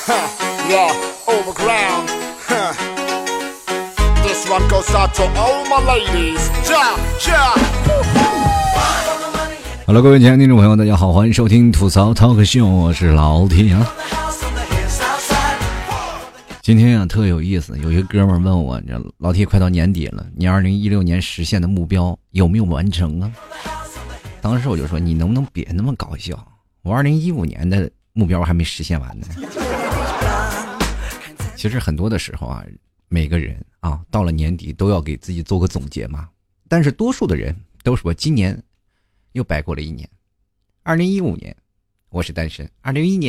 Yeah, overground. This one goes out to all my ladies. Ja, ja. Hello， 各位亲爱的听众朋友，大家好，欢迎收听吐槽 Talk Show， 我是老铁啊。今天啊特有意思，有一个哥们儿问我，老铁快到年底了，你2016年实现的目标有没有完成啊？当时我就说，你能不能别那么搞笑？我2015年的目标还没实现完呢。其实很多的时候啊，每个人啊到了年底都要给自己做个总结嘛。但是多数的人都说今年又白过了一年。2015年我是单身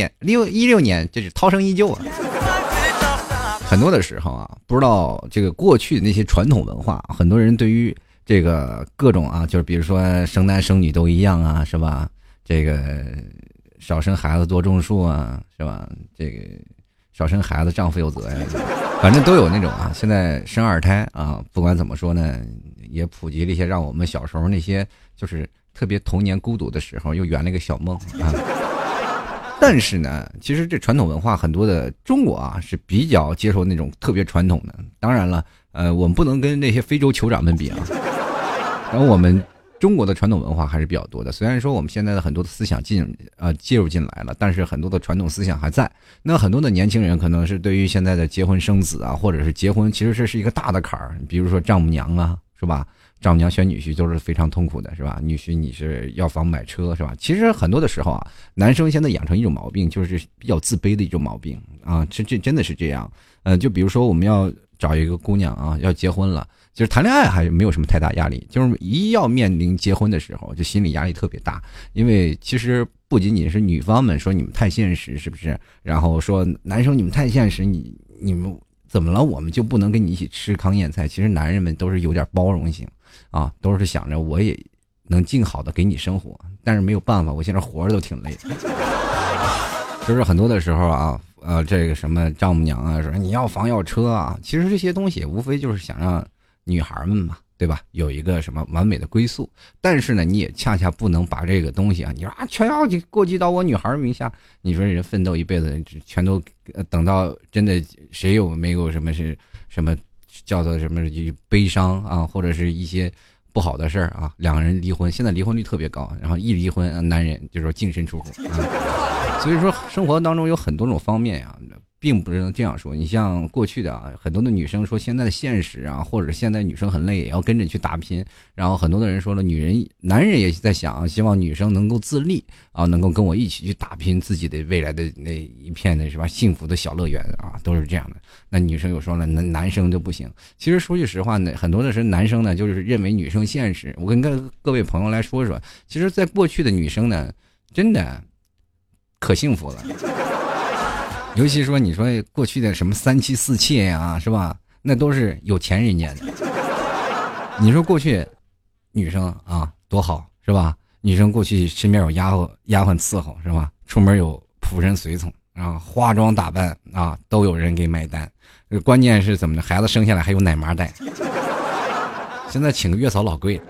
，2016年就是涛声依旧啊。很多的时候啊，不知道这个过去的那些传统文化，很多人对于这个各种啊，就是比如说生男生女都一样啊，是吧？这个少生孩子多种树啊，是吧？这个少生孩子丈夫有责呀，反正都有那种啊。现在生二胎啊，不管怎么说呢，也普及了一些让我们小时候那些就是特别童年孤独的时候又圆了一个小梦啊。但是呢，其实这传统文化很多的中国啊是比较接受那种特别传统的。当然了，我们不能跟那些非洲酋长们比啊。然后我们中国的传统文化还是比较多的。虽然说我们现在的很多的思想介入进来了，但是很多的传统思想还在。那很多的年轻人可能是对于现在的结婚生子啊，或者是结婚，其实这是一个大的坎儿。比如说丈母娘啊，是吧？丈母娘选女婿都是非常痛苦的，是吧？女婿你是要房买车，是吧？其实很多的时候啊，男生现在养成一种毛病，就是比较自卑的一种毛病啊，这真的是这样。就比如说我们要找一个姑娘啊，要结婚了，就是谈恋爱还没有什么太大压力，就是一要面临结婚的时候，就心理压力特别大。因为其实不仅仅是女方们说你们太现实，是不是？然后说男生你们太现实，你们怎么了？我们就不能跟你一起吃糠咽菜？其实男人们都是有点包容性啊，都是想着我也能尽好的给你生活，但是没有办法，我现在活着都挺累的。就是很多的时候啊，这个什么丈母娘啊，说你要房要车啊，其实这些东西无非就是想让女孩们嘛，对吧？有一个什么完美的归宿。但是呢，你也恰恰不能把这个东西啊，你说啊全要过继到我女孩名下，你说人奋斗一辈子，全都等到真的谁有没有什么是什么叫做什么悲伤啊，或者是一些不好的事儿啊，两个人离婚，现在离婚率特别高，然后一离婚，男人就说净身出户啊。所以说生活当中有很多种方面呀，并不是能这样说。你像过去的啊，很多的女生说现在的现实啊，或者现在女生很累，也要跟着去打拼。然后很多的人说了，男人也在想，希望女生能够自立啊，能够跟我一起去打拼自己的未来的那一片的是吧，幸福的小乐园啊，都是这样的。那女生又说了，男生就不行。其实说句实话呢，很多的时候男生呢就是认为女生现实。我跟各位朋友来说说，其实在过去的女生呢，真的可幸福了。尤其说你说过去的什么3妻4妾呀，是吧？那都是有钱人家的。你说过去女生啊多好，是吧？女生过去身边有丫鬟伺候，是吧？出门有仆人随从啊，化妆打扮啊都有人给买单。关键是怎么的？孩子生下来还有奶妈带。现在请个月嫂老贵了。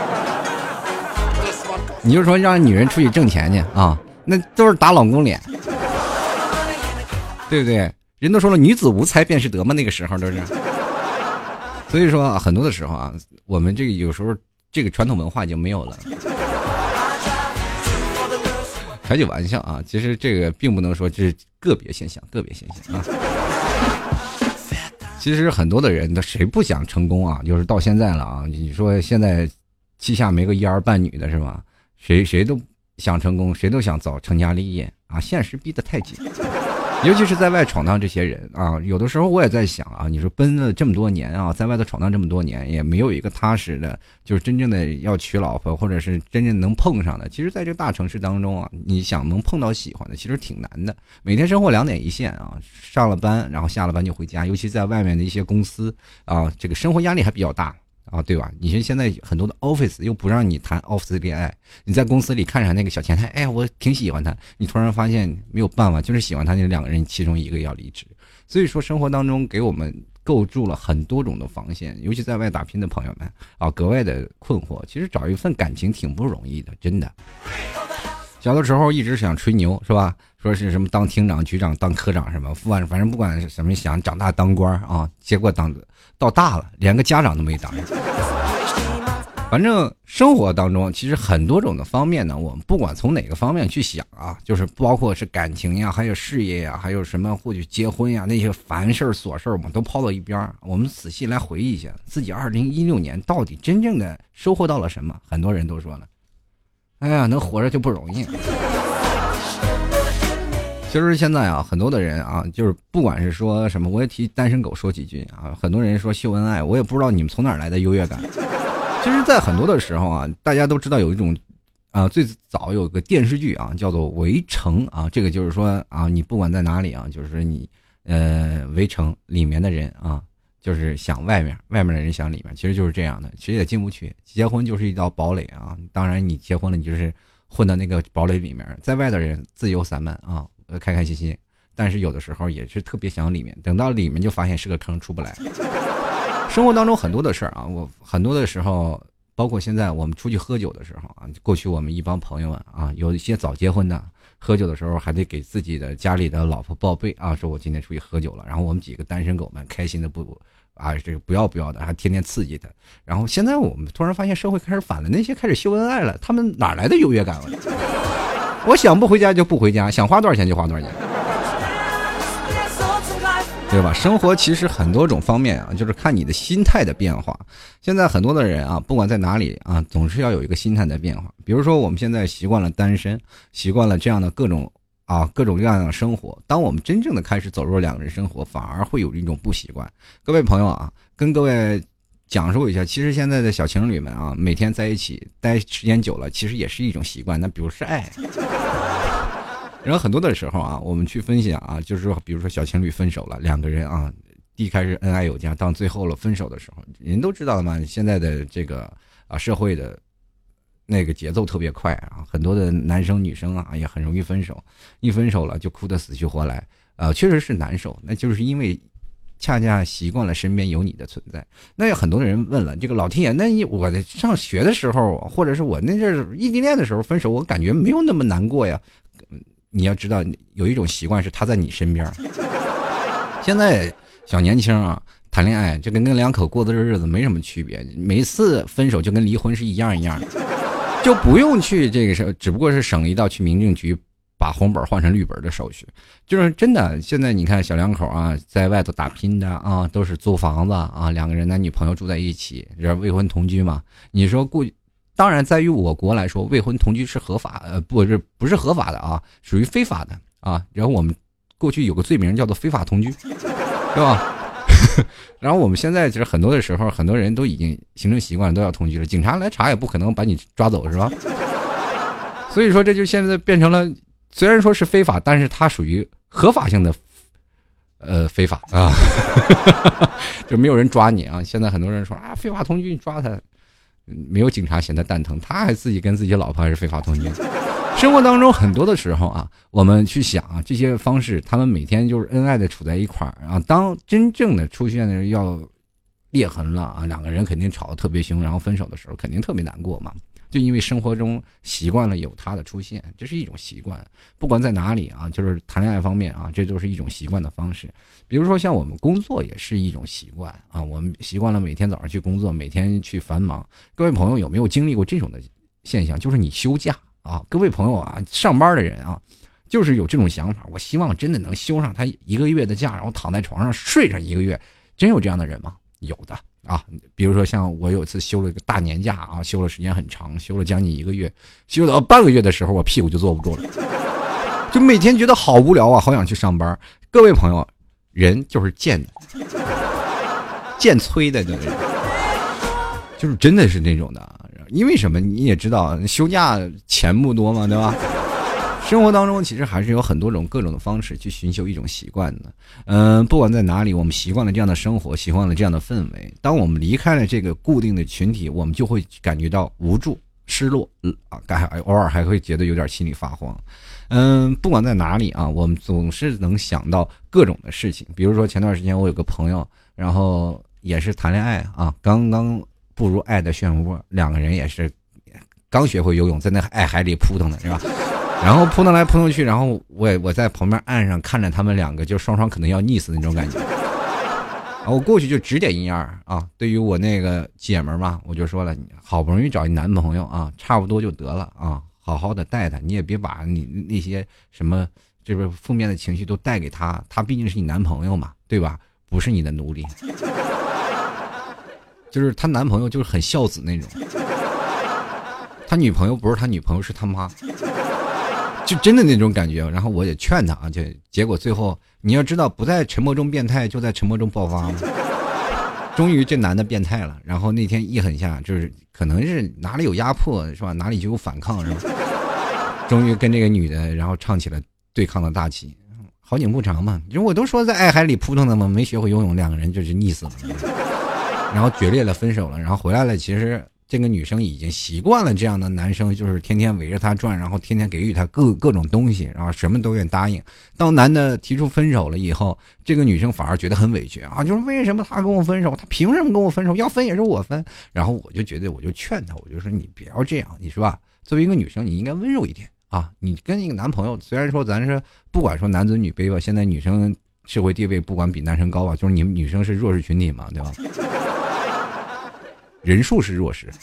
你就说让女人出去挣钱去啊，那都是打老公脸。对不对？人都说了，女子无才便是德嘛，那个时候都是。所以说啊，很多的时候啊，我们这个有时候这个传统文化就没有了。开句玩笑啊，其实这个并不能说这是个别现象啊。其实很多的人，谁不想成功啊？就是到现在了啊，你说现在膝下没个一儿半女的是吧？谁都想成功，谁都想早成家立业啊，现实逼得太紧。尤其是在外闯荡这些人啊，有的时候我也在想啊，你说奔了这么多年啊，在外头闯荡这么多年，也没有一个踏实的，就是真正的要娶老婆，或者是真正能碰上的。其实在这个大城市当中啊，你想能碰到喜欢的，其实挺难的。每天生活2点一线啊，上了班然后下了班就回家，尤其在外面的一些公司啊，这个生活压力还比较大啊，对吧？你说现在很多的 office 又不让你谈 office 恋爱，你在公司里看上那个小前台，哎呀，我挺喜欢他，你突然发现没有办法，就是喜欢他那2个人，其中一个要离职。所以说，生活当中给我们构筑了很多种的防线，尤其在外打拼的朋友们啊，格外的困惑。其实找一份感情挺不容易的，真的。 小的时候一直想吹牛，是吧？说是什么当厅长、局长、当科长什么，反正不管什么想长大当官啊，结果到大了，连个家长都没当上。反正生活当中其实很多种的方面呢，我们不管从哪个方面去想啊，就是包括是感情呀，还有事业呀，还有什么或许结婚呀，那些烦事琐事我们都抛到一边。我们仔细来回忆一下自己2016年到底真正的收获到了什么。很多人都说了，哎呀，能活着就不容易。其实现在啊，很多的人啊，就是不管是说什么，我也替单身狗说几句啊。很多人说秀恩爱，我也不知道你们从哪儿来的优越感。其实，在很多的时候啊，大家都知道有一种，最早有个电视剧啊，叫做《围城》啊，这个就是说啊，你不管在哪里啊，就是你，围城里面的人啊，就是想外面的人想里面，其实就是这样的，谁也进不去。结婚就是一道堡垒啊，当然你结婚了，你就是混到那个堡垒里面，在外的人自由散漫啊，开开心心，但是有的时候也是特别想里面，等到里面就发现是个坑，出不来。生活当中很多的事儿啊，我很多的时候，包括现在我们出去喝酒的时候啊，过去我们一帮朋友们啊，有一些早结婚的，喝酒的时候还得给自己的家里的老婆报备啊，说我今天出去喝酒了，然后我们几个单身狗们开心的这个不要的，还天天刺激他。然后现在我们突然发现社会开始反了，那些开始秀恩爱了，他们哪来的优越感了？我想不回家就不回家，想花多少钱就花多少钱。对吧？生活其实很多种方面啊，就是看你的心态的变化。现在很多的人啊，不管在哪里啊，总是要有一个心态的变化。比如说我们现在习惯了单身，习惯了这样的各种各样的生活。当我们真正的开始走入两个人生活，反而会有一种不习惯。各位朋友啊，跟各位讲述一下，其实现在的小情侣们啊，每天在一起待时间久了，其实也是一种习惯。那比如是爱。然后很多的时候啊，我们去分析啊，就是说，比如说小情侣分手了，两个人啊，一开始恩爱有加，到最后了分手的时候，人都知道了嘛，现在的这个社会的那个节奏特别快啊，很多的男生女生啊也很容易分手，一分手了就哭得死去活来，确实是难受，那就是因为恰恰习惯了身边有你的存在。那有很多人问了，这个老天爷，那我在上学的时候，或者是我那阵异地恋的时候分手，我感觉没有那么难过呀。你要知道，有一种习惯是他在你身边。现在小年轻啊，谈恋爱就跟两口过的日子没什么区别，每一次分手就跟离婚是一样的，就不用去这个事，只不过是省了一道去民政局把红本换成绿本的手续。就是真的，现在你看小两口啊，在外头打拼的啊，都是租房子啊，两个人男女朋友住在一起，这未婚同居嘛。你说当然，在于我国来说，未婚同居是合法，不是合法的啊，属于非法的啊。然后我们过去有个罪名叫做非法同居，对吧？然后我们现在其实很多的时候，很多人都已经形成习惯都要同居了，警察来查也不可能把你抓走，是吧？所以说，这就现在变成了，虽然说是非法，但是它属于合法性的，非法啊，就没有人抓你啊。现在很多人说啊，非法同居你抓他。没有警察嫌他蛋疼，他还自己跟自己老婆还是非法同居。生活当中很多的时候啊，我们去想啊，这些方式，他们每天就是恩爱的处在一块儿啊。当真正的出现的要裂痕了啊，两个人肯定吵得特别凶，然后分手的时候肯定特别难过嘛。就因为生活中习惯了有他的出现，这是一种习惯。不管在哪里啊，就是谈恋爱方面啊，这都是一种习惯的方式。比如说像我们工作也是一种习惯啊，我们习惯了每天早上去工作，每天去繁忙。各位朋友有没有经历过这种的现象？就是你休假啊，各位朋友啊，上班的人啊，就是有这种想法，我希望真的能休上他1个月的假，然后躺在床上睡上1个月。真有这样的人吗？有的啊，比如说像我有一次休了个大年假啊，休了时间很长，休了将近1个月，休到半个月的时候，我屁股就坐不住了，就每天觉得好无聊啊，好想去上班。各位朋友，人就是贱的，贱催的那个人，就是真的是那种的。因为什么？你也知道，休假钱不多嘛，对吧？生活当中其实还是有很多种各种的方式去寻求一种习惯的。不管在哪里，我们习惯了这样的生活，习惯了这样的氛围。当我们离开了这个固定的群体，我们就会感觉到无助、失落偶尔还会觉得有点心里发慌。不管在哪里啊，我们总是能想到各种的事情。比如说前段时间我有个朋友，然后也是谈恋爱啊，刚刚步入爱的漩涡，两个人也是刚学会游泳，在那爱海里扑腾的是吧？ 然后扑腾来扑腾去，然后我在旁边岸上看着他们两个，就双双可能要溺死的那种感觉。我过去就指点一二啊，对于我那个姐们嘛，我就说了，好不容易找一男朋友啊，差不多就得了啊，好好的带他，你也别把你那些什么这个负面的情绪都带给他，他毕竟是你男朋友嘛，对吧？不是你的奴隶。就是她男朋友就是很孝子那种，他女朋友不是他女朋友是他妈，就真的那种感觉。然后我也劝他啊，结果最后你要知道，不在沉默中变态，就在沉默中爆发嘛。终于这男的变态了，然后那天一狠下，就是可能是哪里有压迫是吧，哪里就有反抗是吧。终于跟这个女的，然后唱起了对抗的大旗。好景不长嘛，因为我都说在爱海里扑腾的嘛，没学会游泳，两个人就是溺死了，然后决裂了，分手了，然后回来了。其实这个女生已经习惯了这样的男生，就是天天围着她转，然后天天给予她各种东西，然后什么都愿意答应。当男的提出分手了以后，这个女生反而觉得很委屈啊，就是为什么他跟我分手，他凭什么跟我分手，要分也是我分。然后我就觉得，我就劝她，我就说你不要这样，你说吧，作为一个女生，你应该温柔一点啊。你跟一个男朋友，虽然说咱是不管说男尊女卑吧，现在女生社会地位不管比男生高吧，就是你们女生是弱势群体嘛，对吧？人数是弱势，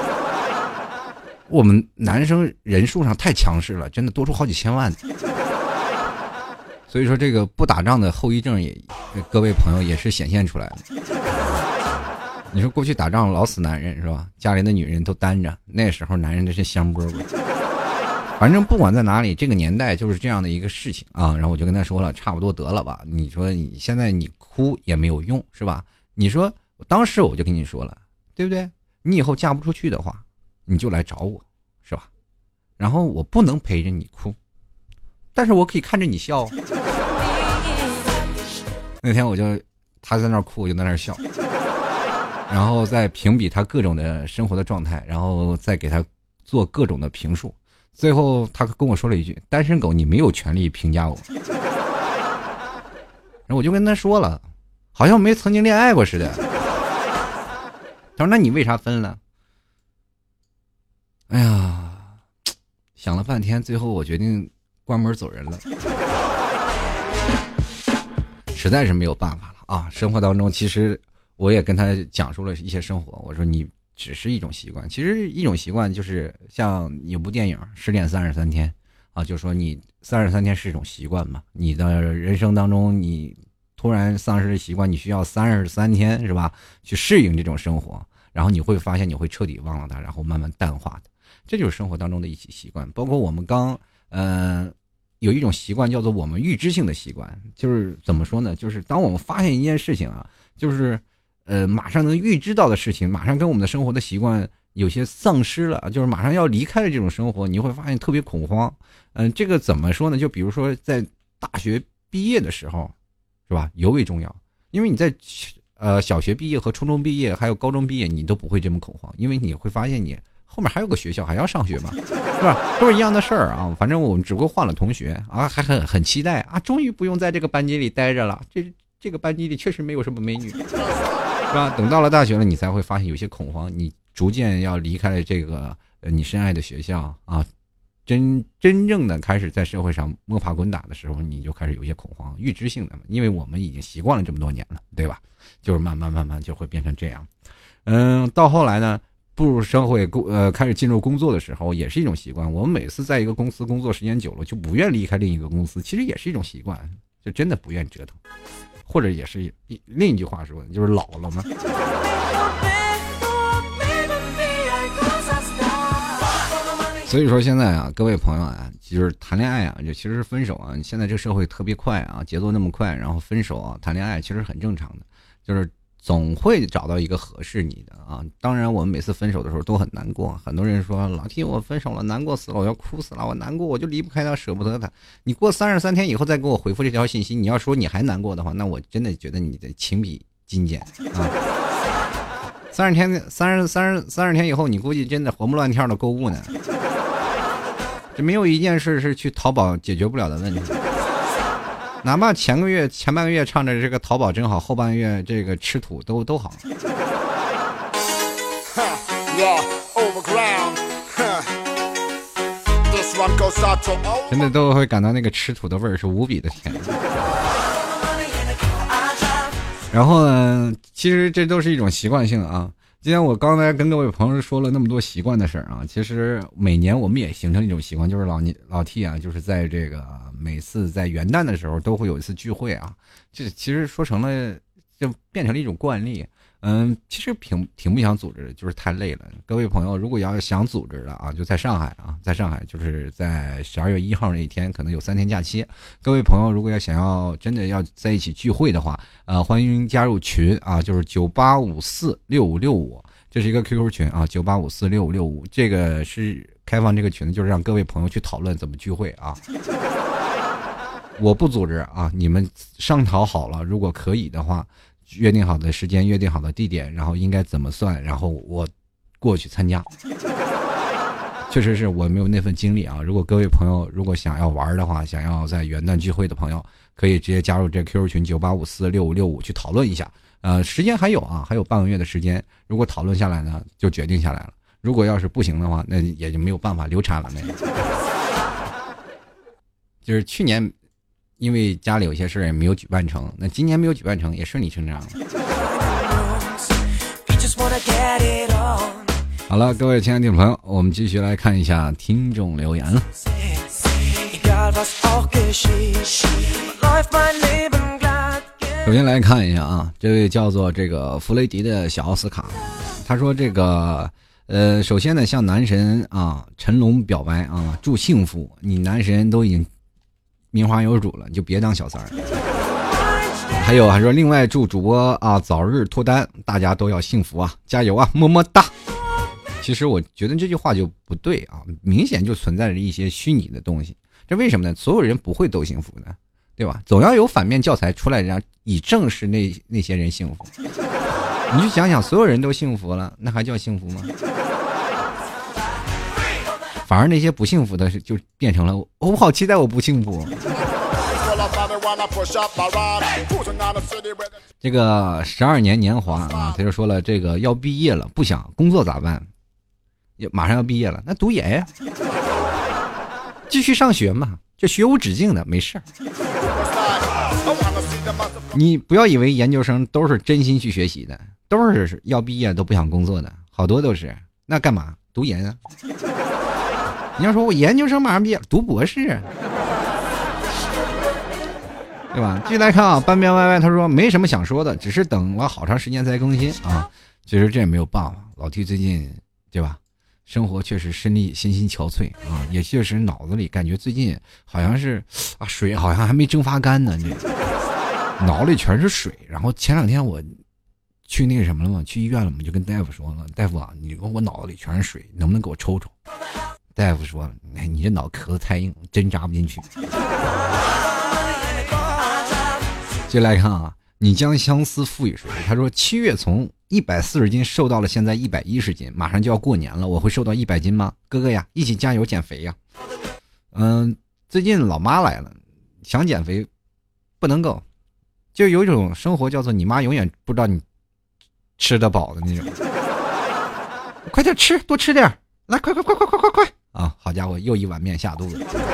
我们男生人数上太强势了，真的多出好几千万。所以说这个不打仗的后遗症也，各位朋友也是显现出来了。你说过去打仗老死男人是吧？家里的女人都单着，那时候男人真是香饽饽。反正不管在哪里，这个年代就是这样的一个事情啊。然后我就跟他说了，差不多得了吧。你说你现在你哭也没有用是吧？你说当时我就跟你说了。对不对？你以后嫁不出去的话，你就来找我，是吧？然后我不能陪着你哭，但是我可以看着你笑。那天他在那儿哭，我就在那儿笑，然后再评比他各种的生活的状态，然后再给他做各种的评述。最后他跟我说了一句：“单身狗，你没有权利评价我。”然后我就跟他说了，好像没曾经恋爱过似的。他说：“那你为啥分了？”哎呀，想了半天，最后我决定关门走人了。实在是没有办法了啊！生活当中，其实我也跟他讲述了一些生活。我说你只是一种习惯，其实一种习惯就是像有部电影《失恋33天》啊，就说你33天是一种习惯嘛，你的人生当中你突然丧失了习惯，你需要33天是吧，去适应这种生活。然后你会发现你会彻底忘了它，然后慢慢淡化的，这就是生活当中的一起习惯。包括我们有一种习惯叫做我们预知性的习惯，就是怎么说呢？就是当我们发现一件事情啊，就是马上能预知到的事情，马上跟我们的生活的习惯有些丧失了，就是马上要离开了这种生活，你会发现特别恐慌。这个怎么说呢？就比如说在大学毕业的时候，是吧？尤为重要，因为你在小学毕业和初中毕业还有高中毕业你都不会这么恐慌，因为你会发现你后面还有个学校还要上学嘛，是吧？都是一样的事儿啊。反正我们只不过换了同学啊，还很期待啊，终于不用在这个班级里待着了。这个班级里确实没有什么美女，是吧？等到了大学了，你才会发现有些恐慌，你逐渐要离开了这个你深爱的学校啊，真正的开始在社会上摸爬滚打的时候，你就开始有些恐慌，预知性的嘛，因为我们已经习惯了这么多年了，对吧？就是慢慢就会变成这样。到后来呢，步入社会开始进入工作的时候，也是一种习惯。我们每次在一个公司工作时间久了，就不愿离开另一个公司，其实也是一种习惯，就真的不愿折腾，或者也是另一句话说，就是老了嘛。所以说现在啊，各位朋友啊，就是谈恋爱啊，就其实是分手啊。现在这个社会特别快啊，节奏那么快，然后分手啊，谈恋爱其实很正常的，就是总会找到一个合适你的啊。当然，我们每次分手的时候都很难过，很多人说老T我分手了，难过死了，我要哭死了，我难过，我就离不开他，舍不得他。你过33天以后再给我回复这条信息，你要说你还难过的话，那我真的觉得你的情比金坚啊。30天以后，你估计真的活蹦乱跳的购物呢。这没有一件事是去淘宝解决不了的问题，哪怕前半个月唱着这个淘宝真好，后半个月这个吃土都好。 真的都会感到那个吃土的味儿是无比的甜。然后呢，其实这都是一种习惯性啊。今天我刚才跟各位朋友说了那么多习惯的事儿啊，其实每年我们也形成一种习惯，就是老 T 啊，就是在这个每次在元旦的时候都会有一次聚会啊，这其实说成了就变成了一种惯例。其实挺不想组织的，就是太累了。各位朋友，如果要想组织的啊，就在上海啊，在上海就是在12月1号那一天，可能有3天假期。各位朋友，如果想要真的要在一起聚会的话，欢迎加入群啊，就是98546565，这是一个 QQ 群啊，98546565，这个是开放这个群，就是让各位朋友去讨论怎么聚会啊。我不组织啊，你们商讨好了，如果可以的话。约定好的时间，约定好的地点，然后应该怎么算，然后我过去参加。确实是我没有那份精力啊。如果各位朋友如果想要玩的话，想要在元旦聚会的朋友，可以直接加入这 QQ 群98546565去讨论一下。时间还有啊，还有半个月的时间。如果讨论下来呢，就决定下来了。如果要是不行的话，那也就没有办法流产了那个。就是去年。因为家里有些事也没有举办成，那今年没有举办成也顺理成章了。好了，各位亲爱的听众朋友，我们继续来看一下听众留言了。首先来看一下啊，这位叫做这个弗雷迪的小奥斯卡，他说这个首先呢向男神啊陈龙表白啊，祝幸福，你男神都已经名花有主了，你就别当小三儿。还有还说另外祝主播啊早日脱单，大家都要幸福啊，加油啊，么么哒。其实我觉得这句话就不对啊，明显就存在着一些虚拟的东西。这为什么呢？所有人不会都幸福的，对吧？总要有反面教材出来，让以正视那些人幸福。你去想想，所有人都幸福了，那还叫幸福吗？反而那些不幸福的就变成了我好期待我不幸福。这个12年年华啊，他就说了，这个要毕业了，不想工作咋办？马上要毕业了，那读研呀，继续上学嘛，这学无止境的，没事。你不要以为研究生都是真心去学习的，都是要毕业都不想工作的，好多都是。那干嘛读研啊？你要说我研究生马上毕业，读博士，对吧？继续来看啊，半边歪歪他说没什么想说的，只是等了好长时间才更新啊。其实这也没有办法，老 T 最近对吧，生活确实身心憔悴啊，也确实脑子里感觉最近好像是啊水好像还没蒸发干呢，这脑里全是水。然后前两天我去那个什么了嘛，去医院了嘛，就跟大夫说了，大夫啊，你说我脑子里全是水，能不能给我抽抽？大夫说你这脑壳子太硬，针扎不进去。接来看啊，你将相思赋予谁？他说7月从140斤瘦到了现在110斤，马上就要过年了，我会瘦到100斤吗？哥哥呀，一起加油减肥呀！最近老妈来了，想减肥不能够，就有一种生活叫做你妈永远不知道你吃得饱的那种。快点吃，多吃点，来，快啊！好家伙，又一碗面下肚子。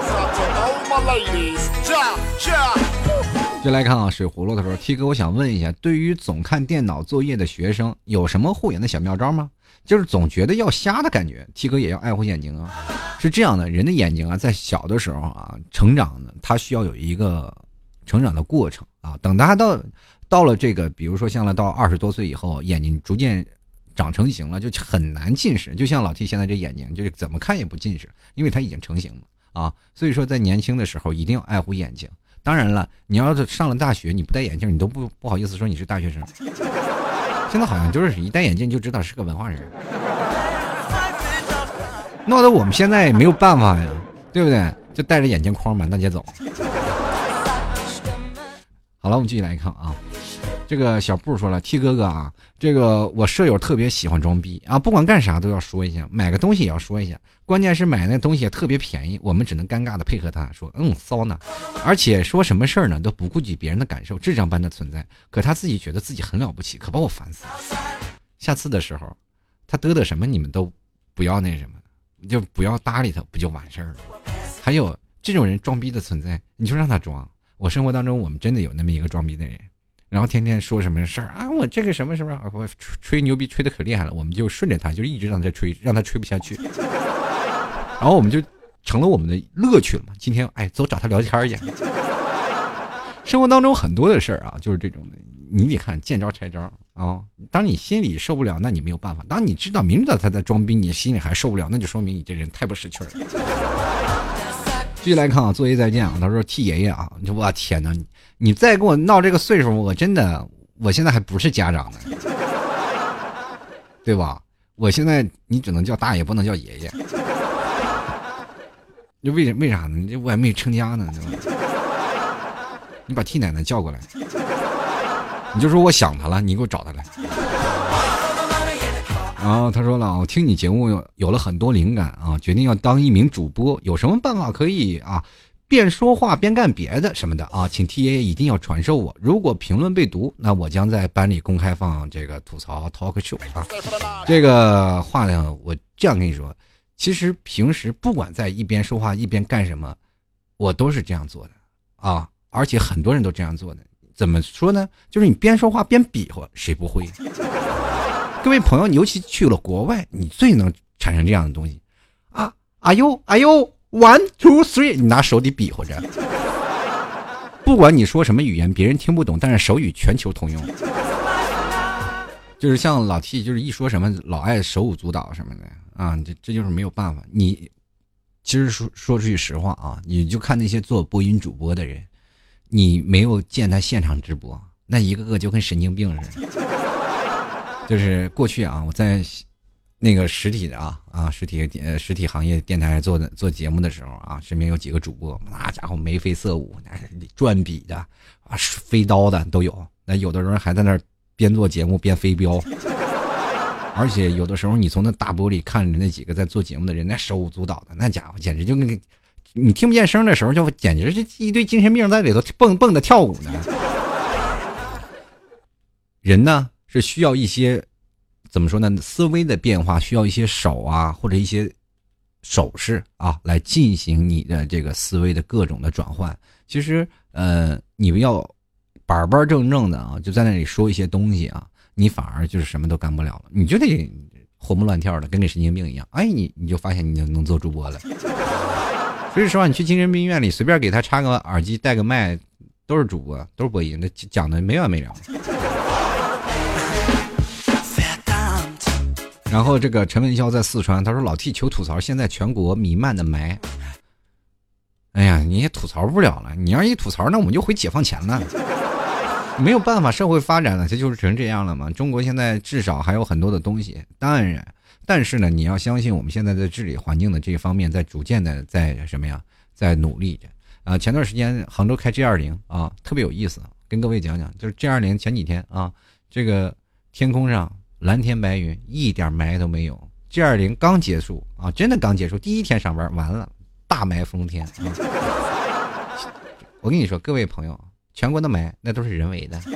就来看啊，水葫芦的时候 ，T 哥，我想问一下，对于总看电脑作业的学生，有什么护眼的小妙招吗？就是总觉得要瞎的感觉 ，T 哥也要爱护眼睛啊。是这样的，人的眼睛啊，在小的时候啊，成长呢，它需要有一个成长的过程啊。等他到了这个，比如说像到20多岁以后，眼睛逐渐长成型了，就很难近视。就像老 T 现在这眼睛，就是怎么看也不近视，因为它已经成型了啊。所以说，在年轻的时候一定要爱护眼睛。当然了，你要是上了大学，你不戴眼镜，你都不好意思说你是大学生。现在好像就是一戴眼镜就知道是个文化人，闹得我们现在也没有办法呀，对不对？就戴着眼镜框满大街走。好了，我们继续来看啊。这个小布说了 ，T 哥哥啊，这个我舍友特别喜欢装逼啊，不管干啥都要说一下，买个东西也要说一下，关键是买那东西也特别便宜，我们只能尴尬的配合他说，骚呢，而且说什么事儿呢都不顾及别人的感受，智障般的存在，可他自己觉得自己很了不起，可把我烦死了。下次的时候，他嘚嘚什么你们都不要那什么，对吧？ 就不要搭理他，不就完事儿了？还有这种人装逼的存在，你就让他装。我生活当中我们真的有那么一个装逼的人，然后天天说什么事儿啊，我这个什么什么，我吹牛逼吹得可厉害了，我们就顺着他，就一直让他吹，让他吹不下去，然后我们就成了我们的乐趣了嘛。今天走找他聊天去。生活当中很多的事儿啊，就是这种的，你得看见招拆招啊。当你心里受不了，那你没有办法；当你知道明知道他在装逼，你心里还受不了，那就说明你这人太不识趣了。继续来看啊，作业再见啊。他说：“替爷爷啊，我天哪，你再跟我闹这个岁数，我真的，我现在还不是家长呢，对吧？我现在你只能叫大爷，不能叫爷爷。就为啥呢？我还没成家呢，对吧？你把替奶奶叫过来，你就说我想他了，你给我找他来。”然后他说了，我听你节目有了很多灵感啊，决定要当一名主播，有什么办法可以啊边说话边干别的什么的啊？请 T 爷爷一定要传授我。如果评论被读，那我将在班里公开放这个吐槽 talk show 啊。这个话呢，我这样跟你说，其实平时不管在一边说话一边干什么，我都是这样做的啊，而且很多人都这样做的。怎么说呢？就是你边说话边比划，谁不会？各位朋友，尤其去了国外，你最能产生这样的东西啊！哎呦，1 2 3，你拿手里比划着，不管你说什么语言，别人听不懂，但是手语全球通用。就是像老 T， 就是一说什么老爱手舞足蹈什么的啊，这就是没有办法。你其实说句实话啊，你就看那些做播音主播的人，你没有见他现场直播，那一个个就跟神经病似的。就是过去啊，我在那个实体的实体行业电台做节目的时候啊，身边有几个主播，那家伙眉飞色舞，转笔的啊，飞刀的都有。那有的人还在那儿边做节目边飞镖，而且有的时候你从那大玻璃看着那几个在做节目的人，那手舞足蹈的，那家伙简直就跟你听不见声的时候，就简直是一堆精神病在里头蹦的跳舞呢。人呢？是需要一些怎么说呢？思维的变化，需要一些手啊，或者一些手势啊，来进行你的这个思维的各种的转换。其实，你们要板正的啊，就在那里说一些东西啊，你反而就是什么都干不了了，你就得活蹦乱跳的，跟个神经病一样。你就发现你能做主播了。所以说，你去精神病院里随便给他插个耳机，带个麦，都是主播，都是播音，那讲的没完没了。然后这个陈文潇在四川，他说老 T 求吐槽现在全国弥漫的霾。哎呀，你也吐槽不了了，你要一吐槽，那我们就回解放前了。没有办法，社会发展了，它就是成这样了嘛。中国现在至少还有很多的东西，当然，但是呢，你要相信我们现在在治理环境的这一方面，在逐渐的在什么呀，在努力着。前段时间杭州开 G20 啊，特别有意思，跟各位讲讲，就是 G20 前几天啊，这个天空上蓝天白云，一点霾都没有。G20 刚结束啊，真的刚结束，第一天上班完了，大霾封天。我跟你说，各位朋友，全国的霾那都是人为的，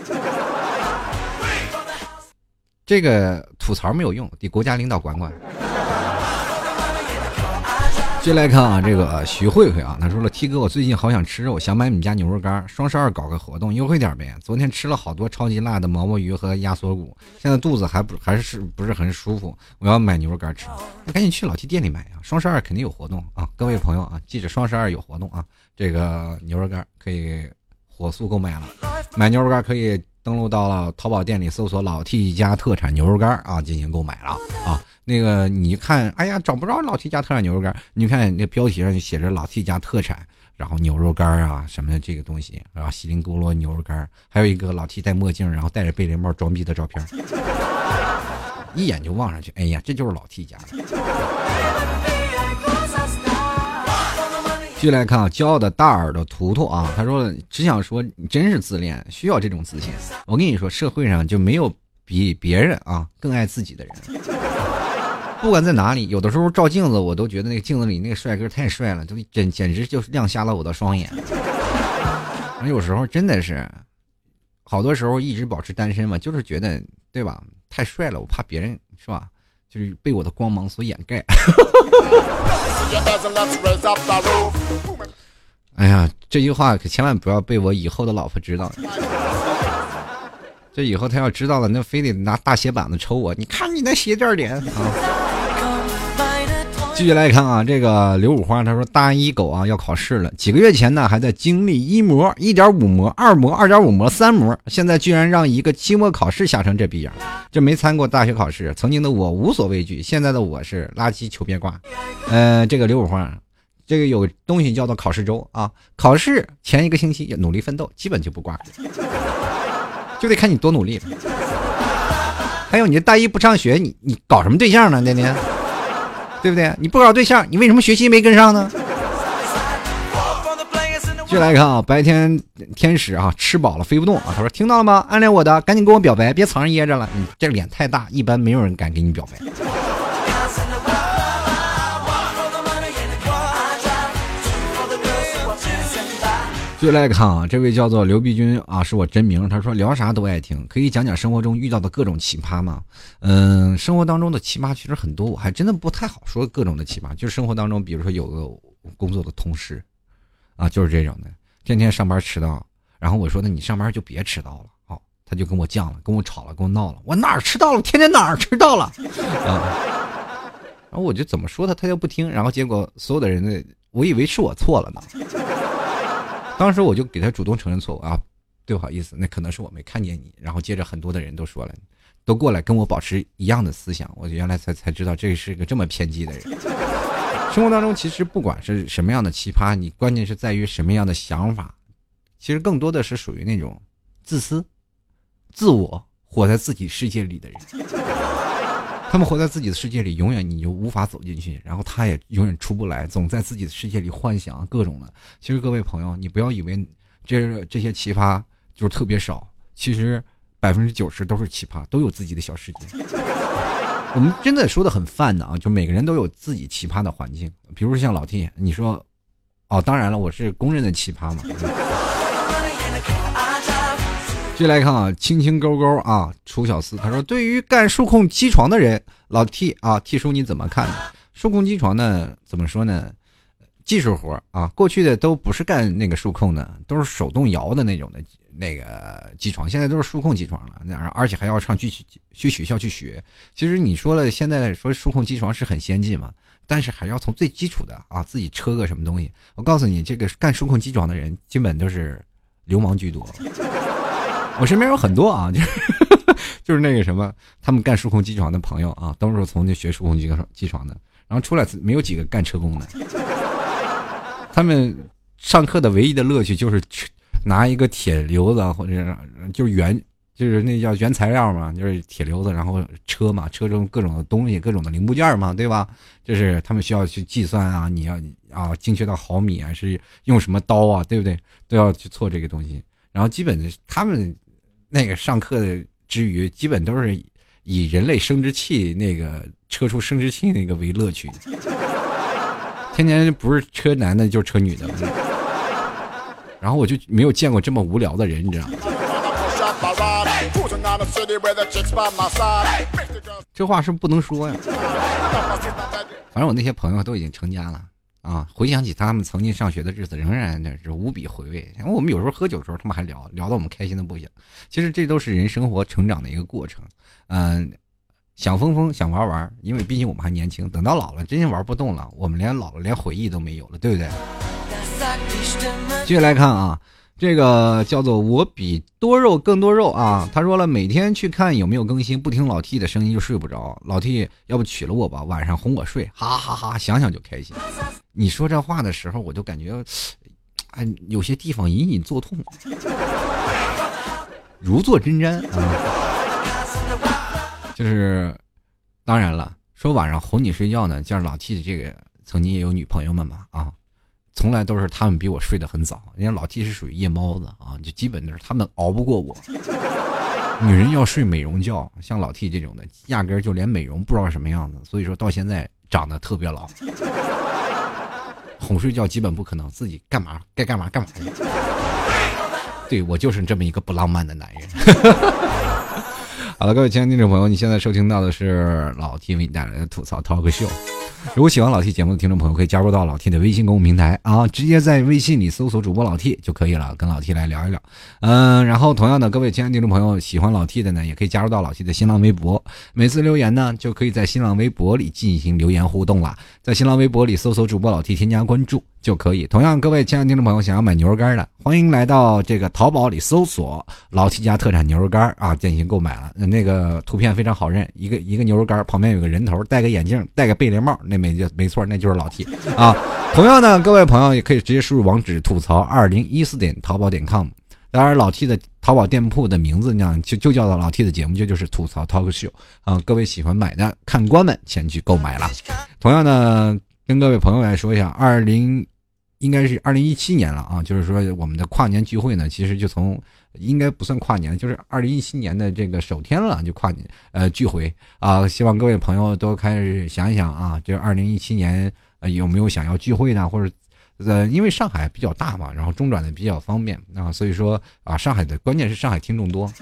这个吐槽没有用，得国家领导管管。接来看啊，这个徐慧慧啊，他说了 T 哥，我最近好想吃肉，想买你们家牛肉干，双12搞个活动优惠点呗。昨天吃了好多超级辣的毛毛鱼和鸭锁骨，现在肚子还是不是很舒服，我要买牛肉干吃，那赶紧去老 T 店里买啊，双12肯定有活动啊，各位朋友啊，记着双12有活动啊，这个牛肉干可以火速购买了，买牛肉干可以登录到了淘宝店里搜索老 T 家特产牛肉干啊，进行购买了啊。那个你看，哎呀，找不着老 T 家特产牛肉干，你看那标题上就写着老 T 家特产，然后牛肉干啊什么的这个东西，然后锡林郭勒牛肉干，还有一个老 T 戴墨镜，然后戴着贝雷帽装逼的照片，一眼就望上去，哎呀，这就是老 T 家的。继续来看啊，骄傲的大耳朵图图啊，他说只想说你真是自恋，需要这种自信。我跟你说，社会上就没有比别人啊更爱自己的人。不管在哪里，有的时候照镜子，我都觉得那个镜子里那个帅哥太帅了，都简直就是亮瞎了我的双眼。有时候真的是，好多时候一直保持单身嘛，就是觉得对吧？太帅了，我怕别人是吧？ 就是被我的光芒所掩盖。哎呀，这句话可千万不要被我以后的老婆知道。这以后他要知道了，那非得拿大鞋板子抽我。你看你那鞋垫脸啊！继续来看啊，这个刘五花他说，大一狗啊要考试了，几个月前呢还在经历1模、1.5模、2模、2.5模、3模，现在居然让一个期末考试吓成这逼样。这没参过大学考试，曾经的我无所畏惧，现在的我是垃圾求别挂。这个刘五花，这个有东西叫做考试周啊，考试前1个星期努力奋斗，基本就不挂，就得看你多努力了。还有你这大一不上学，你搞什么对象呢？天天，对不对？你不搞对象，你为什么学习没跟上呢？继续来看啊，白天天使啊吃饱了飞不动啊，他说听到了吗？暗恋我的赶紧跟我表白，别藏着掖着了，你这脸太大，一般没有人敢给你表白。继续来看啊，这位叫做刘碧君啊，是我真名。他说聊啥都爱听，可以讲讲生活中遇到的各种奇葩吗？生活当中的奇葩其实很多，我还真的不太好说各种的奇葩。就是生活当中，比如说有个工作的同事啊，就是这种的，天天上班迟到，然后我说那你上班就别迟到了，哦，他就跟我犟了，跟我吵了，跟我闹了，我哪儿迟到了？天天哪儿迟到了啊？然后我就怎么说他又不听，然后结果所有的人呢，我以为是我错了呢。当时我就给他主动承认错误啊，对不好意思，那可能是我没看见你。然后接着很多的人都说了，都过来跟我保持一样的思想，我原来才知道这是个这么偏激的人。生活当中其实不管是什么样的奇葩，你关键是在于什么样的想法，其实更多的是属于那种自私、自我活在自己世界里的人。他们活在自己的世界里，永远你就无法走进去，然后他也永远出不来，总在自己的世界里幻想各种的。其实各位朋友，你不要以为这些奇葩就是特别少，其实90%都是奇葩，都有自己的小世界。我们真的说的很泛的啊，就每个人都有自己奇葩的环境。比如像老 T， 你说，哦，当然了，我是公认的奇葩嘛。继续来看啊，青青勾勾啊，楚小四他说，对于干数控机床的人，老 T 啊 ，T 叔你怎么看呢？数控机床呢，怎么说呢？技术活啊，过去的都不是干那个数控的，都是手动摇的那种的那个机床，现在都是数控机床了，而且还要上去学校去学。其实你说了，现在说数控机床是很先进嘛，但是还要从最基础的啊，自己车个什么东西。我告诉你，这个干数控机床的人基本都是流氓居多。我身边有很多啊，就是那个什么，他们干数控机床的朋友啊，都是从那学数控机床的，然后出来没有几个干车工的。他们上课的唯一的乐趣就是拿一个铁溜子，或者就是那叫原材料嘛，就是铁溜子，然后车嘛，车中各种的东西，各种的零部件嘛，对吧？就是他们需要去计算啊，你要啊精确到毫米啊，是用什么刀啊，对不对？都要去做这个东西。然后基本他们那个上课的之余，基本都是以人类生殖器那个车出生殖器那个为乐趣，天天不是车男的就是车女的，然后我就没有见过这么无聊的人，你知道吗？这话是不能说呀。反正我那些朋友都已经成家了啊，回想起他们曾经上学的日子，仍然是无比回味。然后我们有时候喝酒的时候，他们还聊到我们开心的不行。其实这都是人生活成长的一个过程。想疯想玩，因为毕竟我们还年轻，等到老了真心玩不动了，我们老了连回忆都没有了，对不对？接下来看啊，这个叫做我比多肉更多肉啊，他说了，每天去看有没有更新，不听老 T 的声音就睡不着，老 T 要不娶了我吧，晚上哄我睡，哈哈哈，想想就开心。你说这话的时候，我就感觉有些地方隐隐作痛，如坐针毡啊。就是当然了，说晚上哄你睡觉呢，像老 T 的这个曾经也有女朋友们嘛啊，从来都是他们比我睡得很早，人家老 T 是属于夜猫子啊，就基本都是他们熬不过我。女人要睡美容觉，像老 T 这种的，压根就连美容不知道什么样子，所以说到现在长得特别老，哄睡觉基本不可能，自己干嘛该干嘛干嘛去。对，我就是这么一个不浪漫的男人。 好了，各位亲爱的听众朋友，你现在收听到的是老 T 为你带来的吐槽 talk show。如果喜欢老 T 节目的听众朋友，可以加入到老 T 的微信公众平台啊，直接在微信里搜索主播老 T 就可以了，跟老 T 来聊一聊。然后同样的，各位亲爱的听众朋友，喜欢老 T 的呢，也可以加入到老 T 的新浪微博，每次留言呢，就可以在新浪微博里进行留言互动了，在新浪微博里搜索主播老 T 添加关注就可以。同样，各位亲爱的听众朋友，想要买牛肉干的，欢迎来到这个淘宝里搜索老 T 家特产牛肉干啊，进行购买了。那个图片非常好认，一个牛肉干旁边有个人头，戴个眼镜，戴个贝雷帽，那没错，那就是老 T 啊。同样呢，各位朋友也可以直接输入网址吐槽2014淘宝.com。当然，老 T 的淘宝店铺的名字呢，就叫做老 T 的节目，就是吐槽 talk show 啊。各位喜欢买的看官们前去购买了。同样呢，跟各位朋友来说一下，应该是2017年了啊，就是说我们的跨年聚会呢，其实就从应该不算跨年，就是2017年的这个首天了，就跨年聚会啊。希望各位朋友都开始想一想啊，这2017年有没有想要聚会的，或者因为上海比较大嘛，然后中转的比较方便啊，所以说啊，上海的关键是上海听众多，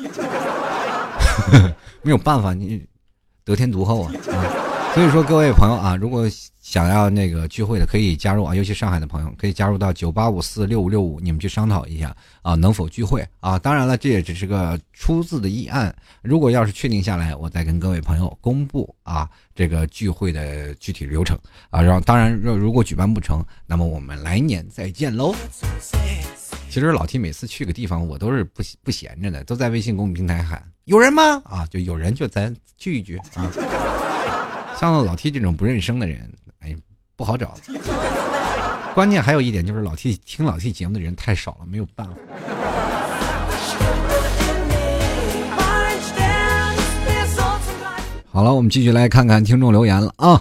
没有办法，你得天独厚啊。所以说各位朋友啊，如果想要那个聚会的，可以加入啊，尤其上海的朋友可以加入到98546565，你们去商讨一下啊，能否聚会啊？当然了，这也只是个初次的议案，如果要是确定下来，我再跟各位朋友公布啊这个聚会的具体流程啊。然后当然如果举办不成，那么我们来年再见喽。其实老 T 每次去个地方，我都是不闲着的，都在微信公众平台喊有人吗？啊，就有人就咱聚一聚啊。像老 T 这种不认生的人，哎，不好找。关键还有一点就是听老 T 节目的人太少了，没有办法。好了，我们继续来看看听众留言了啊。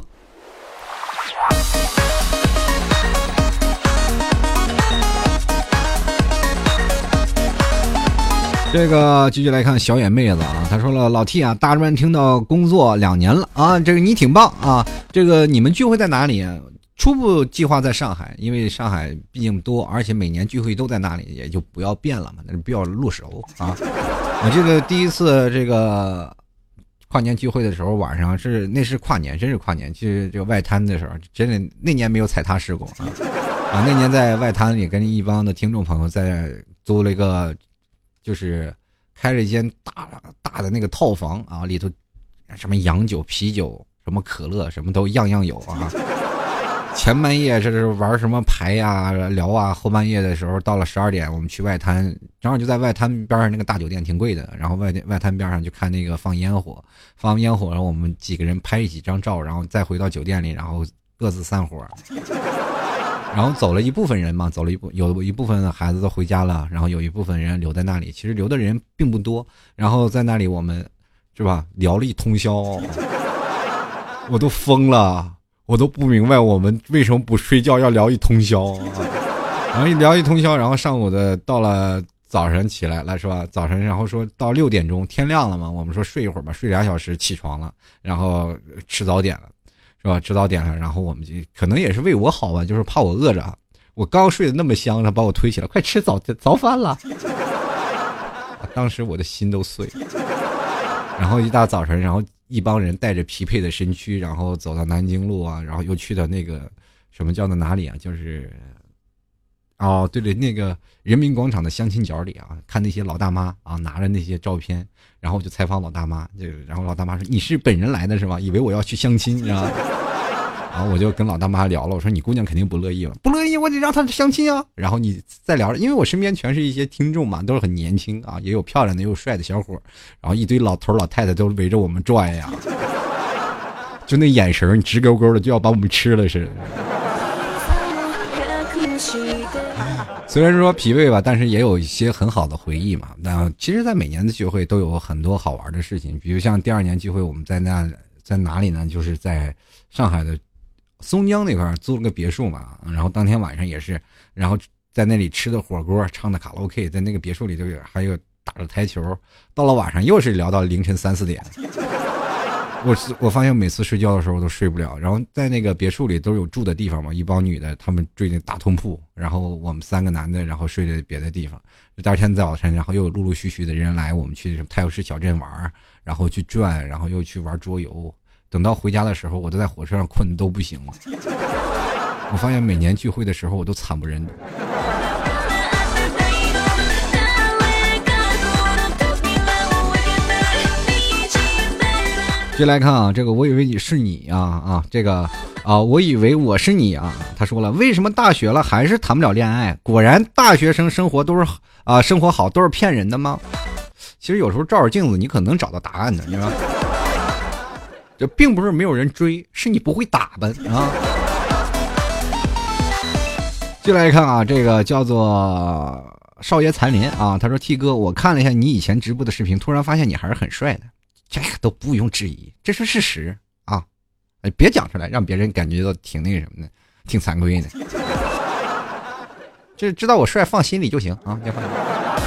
这个继续来看小野妹子啊，她说了，老 T 啊，大专听到工作2年了啊，这个你挺棒啊，这个你们聚会在哪里？初步计划在上海，因为上海毕竟多，而且每年聚会都在那里，也就不要变了嘛，那是不要入手啊。我记得第一次这个跨年聚会的时候，晚上那是跨年，真是跨年，去这个外滩的时候，真的那年没有踩踏事故啊，那年在外滩里跟一帮的听众朋友在租了一个。就是开了一间大的那个套房啊，里头什么洋酒、啤酒、什么可乐，什么都样样有啊。前半夜这是玩什么牌呀、聊啊，后半夜的时候到了12点，我们去外滩，正好就在外滩边上那个大酒店，挺贵的。然后外滩边上就看那个放烟火，然后我们几个人拍几张照，然后再回到酒店里，然后各自散伙。然后走了一部分人嘛，有一部分的孩子都回家了，然后有一部分人留在那里。其实留的人并不多，然后在那里我们是吧聊了一通宵，我都疯了，我都不明白我们为什么不睡觉要聊一通宵啊。然后一聊一通宵，然后上午的到了早晨起来了是吧？早晨然后说到6点钟天亮了嘛，我们说睡一会儿吧，睡2小时起床了，然后吃早点了。是吧？吃早点了，然后我们就可能也是为我好吧，就是怕我饿着。我刚睡得那么香，他把我推起来，快吃早饭了。当时我的心都碎了。然后一大早晨，然后一帮人带着疲惫的身躯，然后走到南京路啊，然后又去到那个什么叫做哪里啊？就是哦，对，那个人民广场的相亲角里啊，看那些老大妈啊，拿着那些照片，然后就采访老大妈，然后老大妈说：“你是本人来的是吧？以为我要去相亲，是吧？”然后我就跟老大妈聊了，我说：“你姑娘肯定不乐意了，不乐意我得让她相亲啊。”然后你再聊，因为我身边全是一些听众嘛，都是很年轻啊，也有漂亮的，也有帅的小伙，然后一堆老头老太太都围着我们转呀，就那眼神直勾勾的，就要把我们吃了似的。虽然说疲惫吧，但是也有一些很好的回忆嘛。那其实在每年的聚会都有很多好玩的事情，比如像第2年聚会我们在哪里呢？就是在上海的松江那块租了个别墅嘛，然后当天晚上也是，然后在那里吃的火锅，唱的卡拉 OK， 在那个别墅里头还有打着台球，到了晚上又是聊到凌晨3、4点。 我发现每次睡觉的时候都睡不了，然后在那个别墅里都有住的地方嘛，一帮女的她们睡那大通铺，然后我们3个男的然后睡在别的地方。第二天早晨，然后又有陆陆续续的人来，我们去太阳市小镇玩，然后去转，然后又去玩桌游。等到回家的时候，我都在火车上困得都不行了。我发现每年聚会的时候我都惨不忍睹。接来看啊，这个我以为你是你啊，这个我以为我是你啊。他说了，为什么大学了还是谈不了恋爱？果然大学生生活都是生活好都是骗人的吗？其实有时候照照镜子，你可能找到答案的，你知道吗？这并不是没有人追，是你不会打扮啊。接来看啊，这个叫做少爷残林啊，他说 T 哥，我看了一下你以前直播的视频，突然发现你还是很帅的。这个都不用质疑，这是事实啊！别讲出来，让别人感觉到挺那个什么的，挺惭愧的。就知道我帅，放心里就行啊！别放心。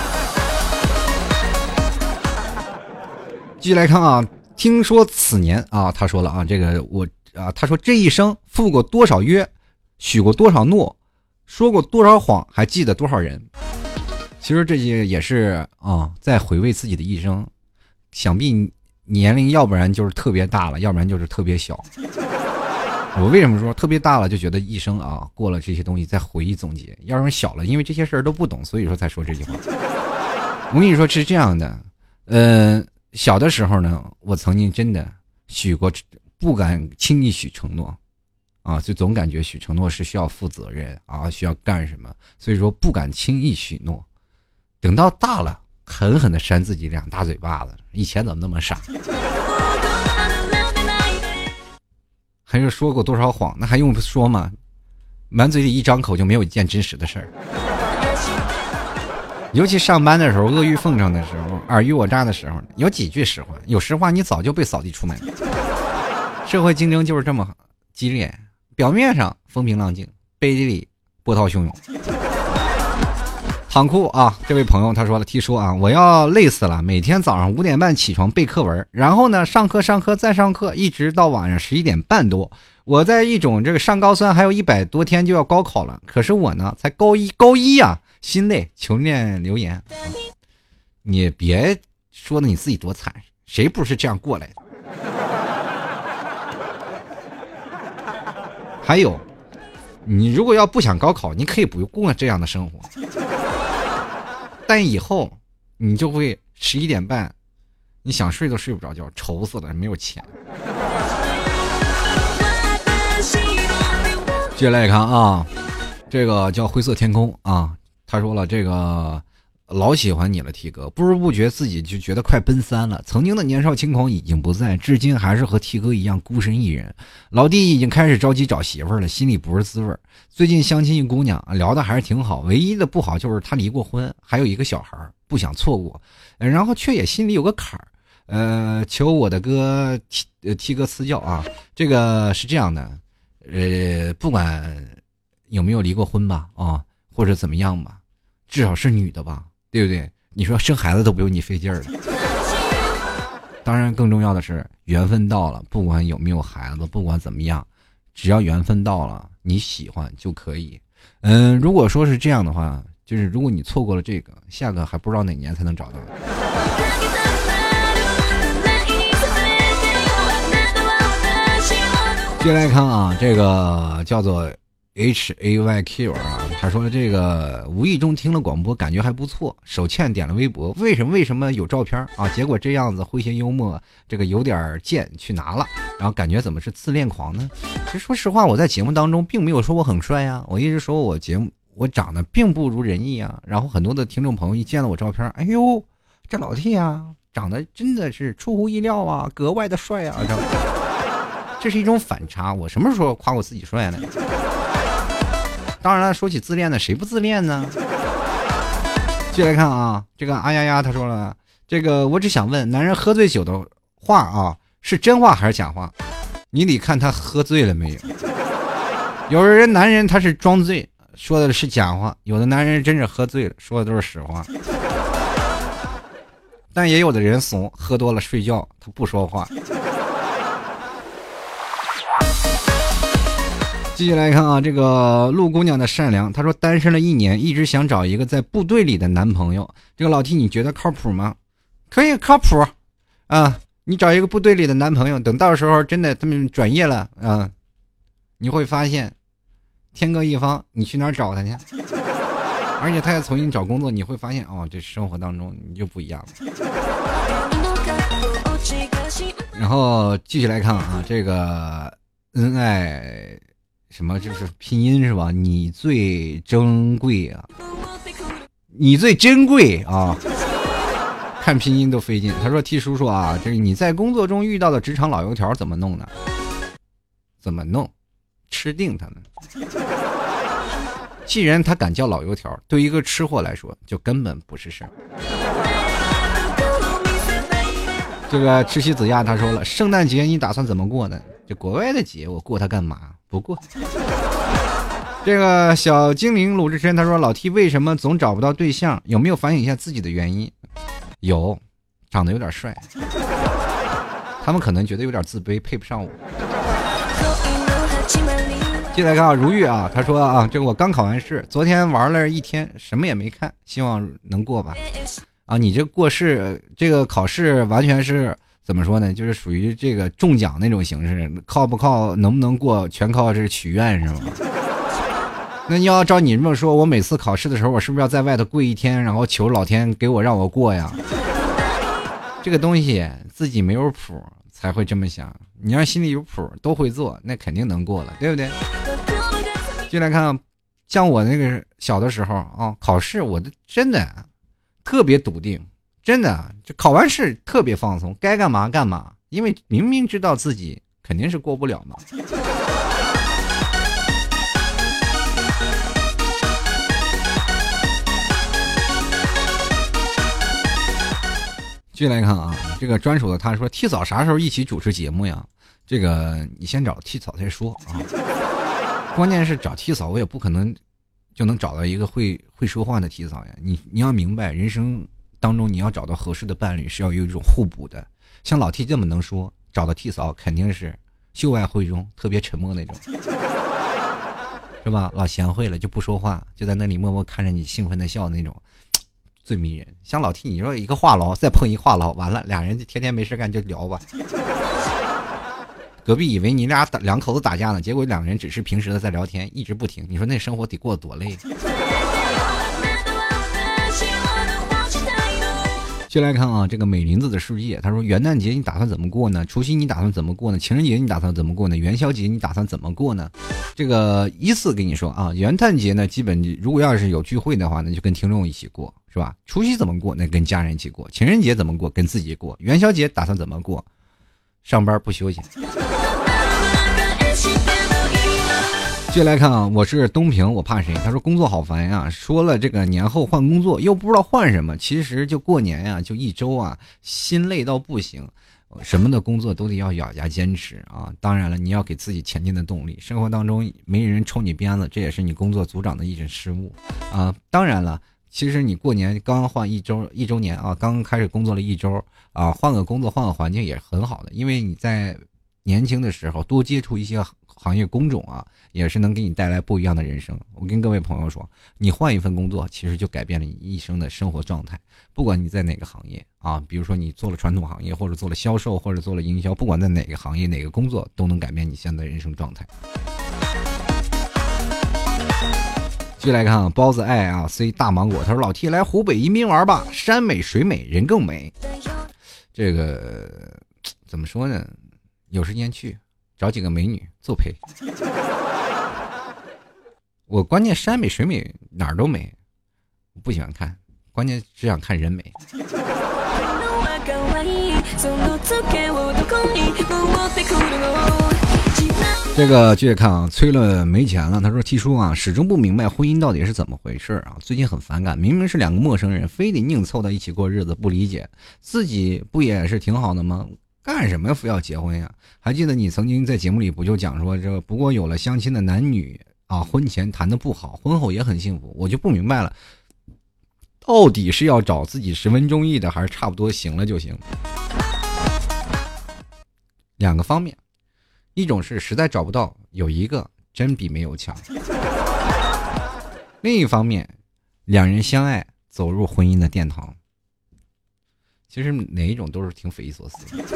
继续来看啊，听说此年啊，他说了啊，这个他说这一生赴过多少约，许过多少诺，说过多少谎，还记得多少人。其实这些也是在回味自己的一生，想必。年龄要不然就是特别大了，要不然就是特别小。我为什么说特别大了就觉得一生过了这些东西再回忆总结，要是小了因为这些事儿都不懂，所以说才说这句话。我跟你说是这样的，小的时候呢，我曾经真的许过，不敢轻易许承诺就总感觉许承诺是需要负责任需要干什么，所以说不敢轻易许诺。等到大了狠狠地扇自己2大嘴巴子，以前怎么那么傻？还是说过多少谎？那还用说吗？满嘴里一张口就没有一件真实的事儿。尤其上班的时候，阿谀奉承的时候，尔虞我诈的时候，有几句实话，有实话你早就被扫地出门了。社会竞争就是这么激烈，表面上风平浪静，背地里波涛汹涌。躺裤这位朋友他说了，听说我要累死了，每天早上5点半起床背课文，然后呢上课再上课，一直到晚上11点半多。我在一种这个上高三还有100多天就要高考了，可是我呢才高一心累，求念留言。你别说的你自己多惨，谁不是这样过来的？还有，你如果要不想高考，你可以不用过这样的生活。但以后你就会11点半，你想睡都睡不着觉，愁死了，没有钱。接下来看这个叫灰色天空他说了，这个老喜欢你了 T 哥，不知不觉自己就觉得快奔3了，曾经的年少轻狂已经不在，至今还是和 T 哥一样孤身一人。老弟已经开始着急找媳妇儿了，心里不是滋味。最近相亲一姑娘聊的还是挺好，唯一的不好就是她离过婚，还有一个小孩，不想错过，然后却也心里有个坎儿，求我的哥 T 哥赐教这个是这样的，不管有没有离过婚吧或者怎么样吧，至少是女的吧，对不对？你说生孩子都不用你费劲儿了。当然更重要的是缘分到了，不管有没有孩子，不管怎么样，只要缘分到了，你喜欢就可以。如果说是这样的话，就是如果你错过了这个，下个还不知道哪年才能找到。接下来看这个叫做HAYQ 他说这个无意中听了广播，感觉还不错，手欠点了微博，为什么有照片结果这样子诙谐幽默，这个有点贱去拿了，然后感觉怎么是自恋狂呢？其实说实话，我在节目当中并没有说我很帅我一直说我长得并不如人意然后很多的听众朋友一见到我照片，哎呦，这老 T 长得真的是出乎意料格外的帅这是一种反差。我什么时候夸我自己帅呢？当然了，说起自恋呢，谁不自恋呢？接来看这个呀呀他说了，这个我只想问，男人喝醉酒的话是真话还是假话？你得看他喝醉了没有。有的人男人他是装醉，说的是假话；有的男人真是喝醉了，说的都是实话。但也有的人怂，喝多了睡觉，他不说话。 继续来看啊，这个陆姑娘的善良，她说单身了1年，一直想找一个在部队里的男朋友。这个老 T 你觉得靠谱吗？可以靠谱啊，你找一个部队里的男朋友，等到时候真的他们转业了啊，你会发现天各一方，你去哪儿找他去？而且他要重新找工作，你会发现哦，这生活当中你就不一样了。然后继续来看啊，这个恩爱什么就是拼音是吧？你最珍贵啊，你最珍贵啊，看拼音都费劲。他说 T 叔叔啊，这你在工作中遇到的职场老油条怎么弄呢？怎么弄？吃定他们。既然他敢叫老油条，对于一个吃货来说就根本不是事儿。这个吃西子亚他说了，圣诞节你打算怎么过呢？这国外的节我过它干嘛？不过。这个小精灵鲁智深他说，老 T 为什么总找不到对象？有没有反省一下自己的原因？有，长得有点帅，他们可能觉得有点自卑，配不上我。接下来看啊，如玉啊，他说啊，这个我刚考完试，昨天玩了1天，什么也没看，希望能过吧。啊，你这过试，这个考试完全是怎么说呢？就是属于这个中奖那种形式，靠不靠，能不能过，全靠这许愿是吗？那要照你这么说，我每次考试的时候，我是不是要在外头跪1天，然后求老天给我让我过呀？这个东西自己没有谱才会这么想，你要心里有谱，都会做，那肯定能过了，对不对？就来看，像我那个小的时候啊，考试我真的特别笃定，真的就考完试特别放松，该干嘛干嘛，因为明明知道自己肯定是过不了嘛。继续来看啊，这个专属的他说 T 嫂啥时候一起主持节目呀？这个你先找 T 嫂再说啊。关键是找 T 嫂，我也不可能就能找到一个会说话的 T 嫂呀。你要明白，人生当中你要找到合适的伴侣是要有一种互补的。像老 T 这么能说，找到 T 嫂肯定是秀外慧中，特别沉默那种，是吧？老贤惠了就不说话，就在那里默默看着你兴奋的笑那种。最迷人，像老 T 你说一个话痨再碰一话痨，完了俩人就天天没事干就聊吧。隔壁以为你俩两口子打架呢，结果两个人只是平时的在聊天，一直不停。你说那生活得过得多累。就来看啊，这个美林子的世界，他说元旦节你打算怎么过呢？除夕你打算怎么过呢？情人节你打算怎么过呢？元宵节你打算怎么过呢？这个依次跟你说啊，元旦节呢，基本如果要是有聚会的话，那就跟听众一起过，是吧？除夕怎么过？那跟家人一起过。情人节怎么过？跟自己过。元宵节打算怎么过？上班不休息。接下来看啊，我是东平，我怕谁？他说工作好烦呀，说了这个年后换工作，又不知道换什么。其实就过年呀，就1周啊，心累到不行。什么的工作都得要咬牙坚持啊！当然了，你要给自己前进的动力。生活当中没人抽你鞭子，这也是你工作组长的一种失误啊！当然了，其实你过年刚换一周年啊，刚开始工作了1周啊，换个工作换个环境也很好的，因为你在年轻的时候多接触一些行业工种啊，也是能给你带来不一样的人生。我跟各位朋友说，你换一份工作，其实就改变了你一生的生活状态。不管你在哪个行业啊，比如说你做了传统行业，或者做了销售，或者做了营销，不管在哪个行业哪个工作，都能改变你现在的人生状态。继续来看啊，包子爱啊 C 大芒果，他说老 T 来湖北宜宾玩吧，山美水美人更美。这个怎么说呢？有时间去找几个美女作陪。我关键山美水美哪儿都美，我不喜欢看，关键只想看人美。这个继续看啊，催了没钱了。他说 T 叔啊，始终不明白婚姻到底是怎么回事啊，最近很反感，明明是两个陌生人，非得硬凑到一起过日子，不理解自己不也是挺好的吗？干什么非要结婚呀？还记得你曾经在节目里不就讲说，这不过有了相亲的男女啊，婚前谈的不好，婚后也很幸福。我就不明白了，到底是要找自己十分中意的，还是差不多行了就行？两个方面，一种是实在找不到，有一个真比没有强。另一方面，两人相爱走入婚姻的殿堂，其实哪一种都是挺匪夷所思的。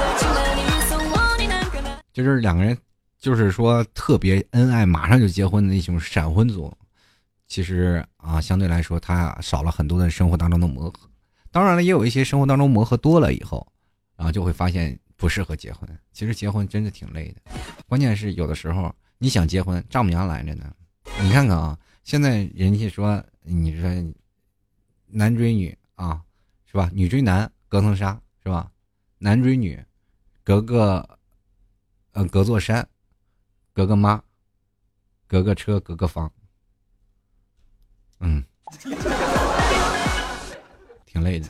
就是两个人就是说特别恩爱马上就结婚的那种闪婚族，其实相对来说他少了很多的生活当中的磨合。当然了，也有一些生活当中磨合多了以后就会发现不适合结婚。其实结婚真的挺累的，关键是有的时候你想结婚，丈母娘来着呢。你看看现在人家说你说男追女是吧？女追男隔层纱是吧？男追女隔座山，隔个妈，隔个车，隔个房。挺累的。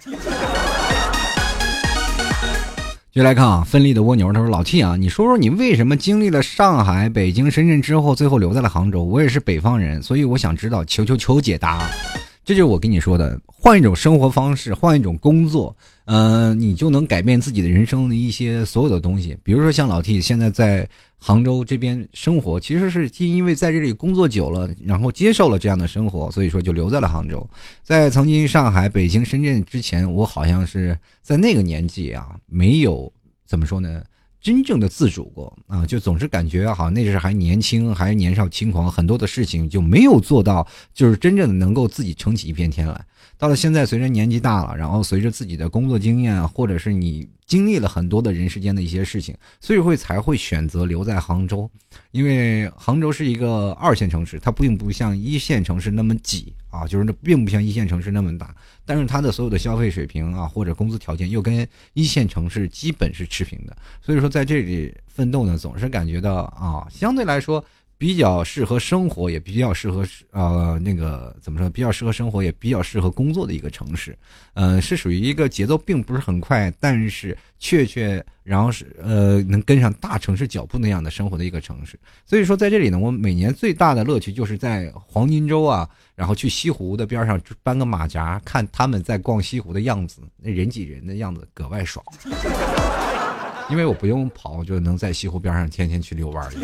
继续来看奋力的蜗牛，他说老 T 你说说你为什么经历了上海、北京、深圳之后，最后留在了杭州？我也是北方人，所以我想知道，求解答。这就是我跟你说的，换一种生活方式，换一种工作，你就能改变自己的人生的一些所有的东西。比如说像老 T 现在在杭州这边生活，其实是因为在这里工作久了，然后接受了这样的生活，所以说就留在了杭州。在曾经上海、北京、深圳之前，我好像是在那个年纪没有怎么说呢，真正的自主过就总是感觉好像那时还年轻，还年少轻狂，很多的事情就没有做到，就是真正的能够自己撑起一片天来。到了现在，随着年纪大了，然后随着自己的工作经验，或者是你经历了很多的人世间的一些事情，所以才会选择留在杭州。因为杭州是一个2线城市，它并不像1线城市那么挤就是并不像1线城市那么大，但是它的所有的消费水平或者工资条件又跟1线城市基本是持平的，所以说在这里奋斗呢，总是感觉到相对来说比较适合生活，也比较适合怎么说，比较适合生活，也比较适合工作的一个城市。是属于一个节奏并不是很快，但是然后是能跟上大城市脚步那样的生活的一个城市。所以说在这里呢，我每年最大的乐趣就是在黄金周然后去西湖的边上搬个马甲，看他们在逛西湖的样子，那人挤人的样子格外爽。因为我不用跑，就能在西湖边上天天去遛弯儿。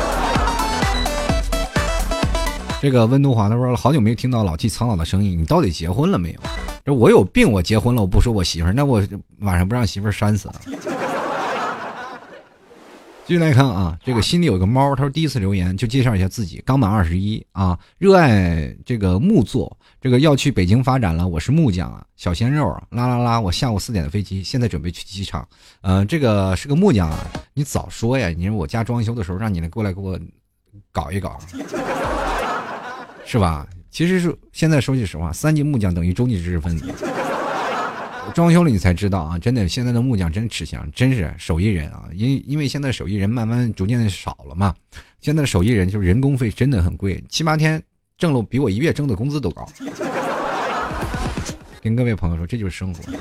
这个温度华他说好久没有听到老 T 苍老的声音，你到底结婚了没有？这我有病，我结婚了，我不说我媳妇儿，那我晚上不让媳妇儿扇死了。继续来看这个心里有个猫，他说第一次留言就介绍一下自己，刚满21热爱这个木作，这个要去北京发展了，我是木匠小鲜肉啦，我下午4点的飞机，现在准备去机场。这个是个木匠你早说呀，你说我家装修的时候让你过来给我搞一搞。是吧？其实是现在说句实话，3级木匠等于中级知识分子。装修了你才知道真的现在的木匠真吃香，真是手艺人因为现在手艺人慢慢逐渐的少了嘛，现在的手艺人就是人工费真的很贵，7、8天挣了比我1月挣的工资都高。跟各位朋友说，这就是生活。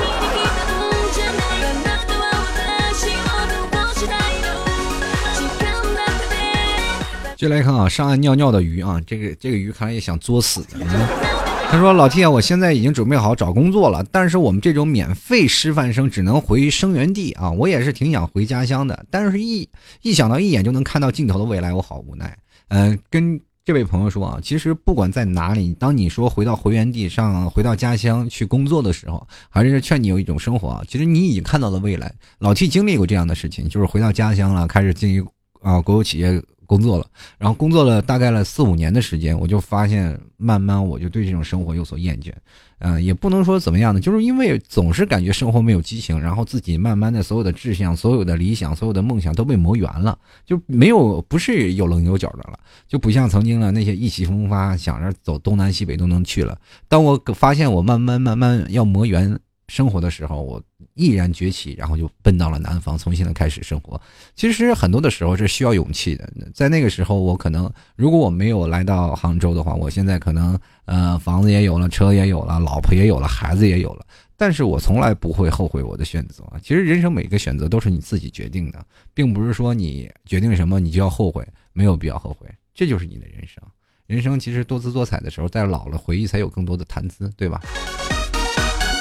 就来看上岸尿尿的鱼这个鱼看来也想作死的。他说老 T 我现在已经准备好找工作了，但是我们这种免费师范生只能回生源地我也是挺想回家乡的，但是一想到一眼就能看到尽头的未来，我好无奈。跟这位朋友说其实不管在哪里，当你说回到回源地上，回到家乡去工作的时候，还是劝你有一种生活其实你已经看到了未来。老 T 经历过这样的事情，就是回到家乡了，开始经营国有企业工作了，然后工作了大概4、5年的时间，我就发现慢慢我就对这种生活有所厌倦。也不能说怎么样的，就是因为总是感觉生活没有激情，然后自己慢慢的所有的志向、所有的理想、所有的梦想都被磨圆了，就不是有棱有角的了，就不像曾经的那些意气风发，想着走东南西北都能去了。当我发现我慢慢要磨圆生活的时候，我毅然崛起，然后就奔到了南方，重新的开始生活。其实很多的时候是需要勇气的，在那个时候我可能如果我没有来到杭州的话，我现在可能房子也有了，车也有了，老婆也有了，孩子也有了，但是我从来不会后悔我的选择。其实人生每个选择都是你自己决定的，并不是说你决定什么你就要后悔，没有必要后悔，这就是你的人生。人生其实多姿多彩的时候，在老了回忆才有更多的谈资，对吧？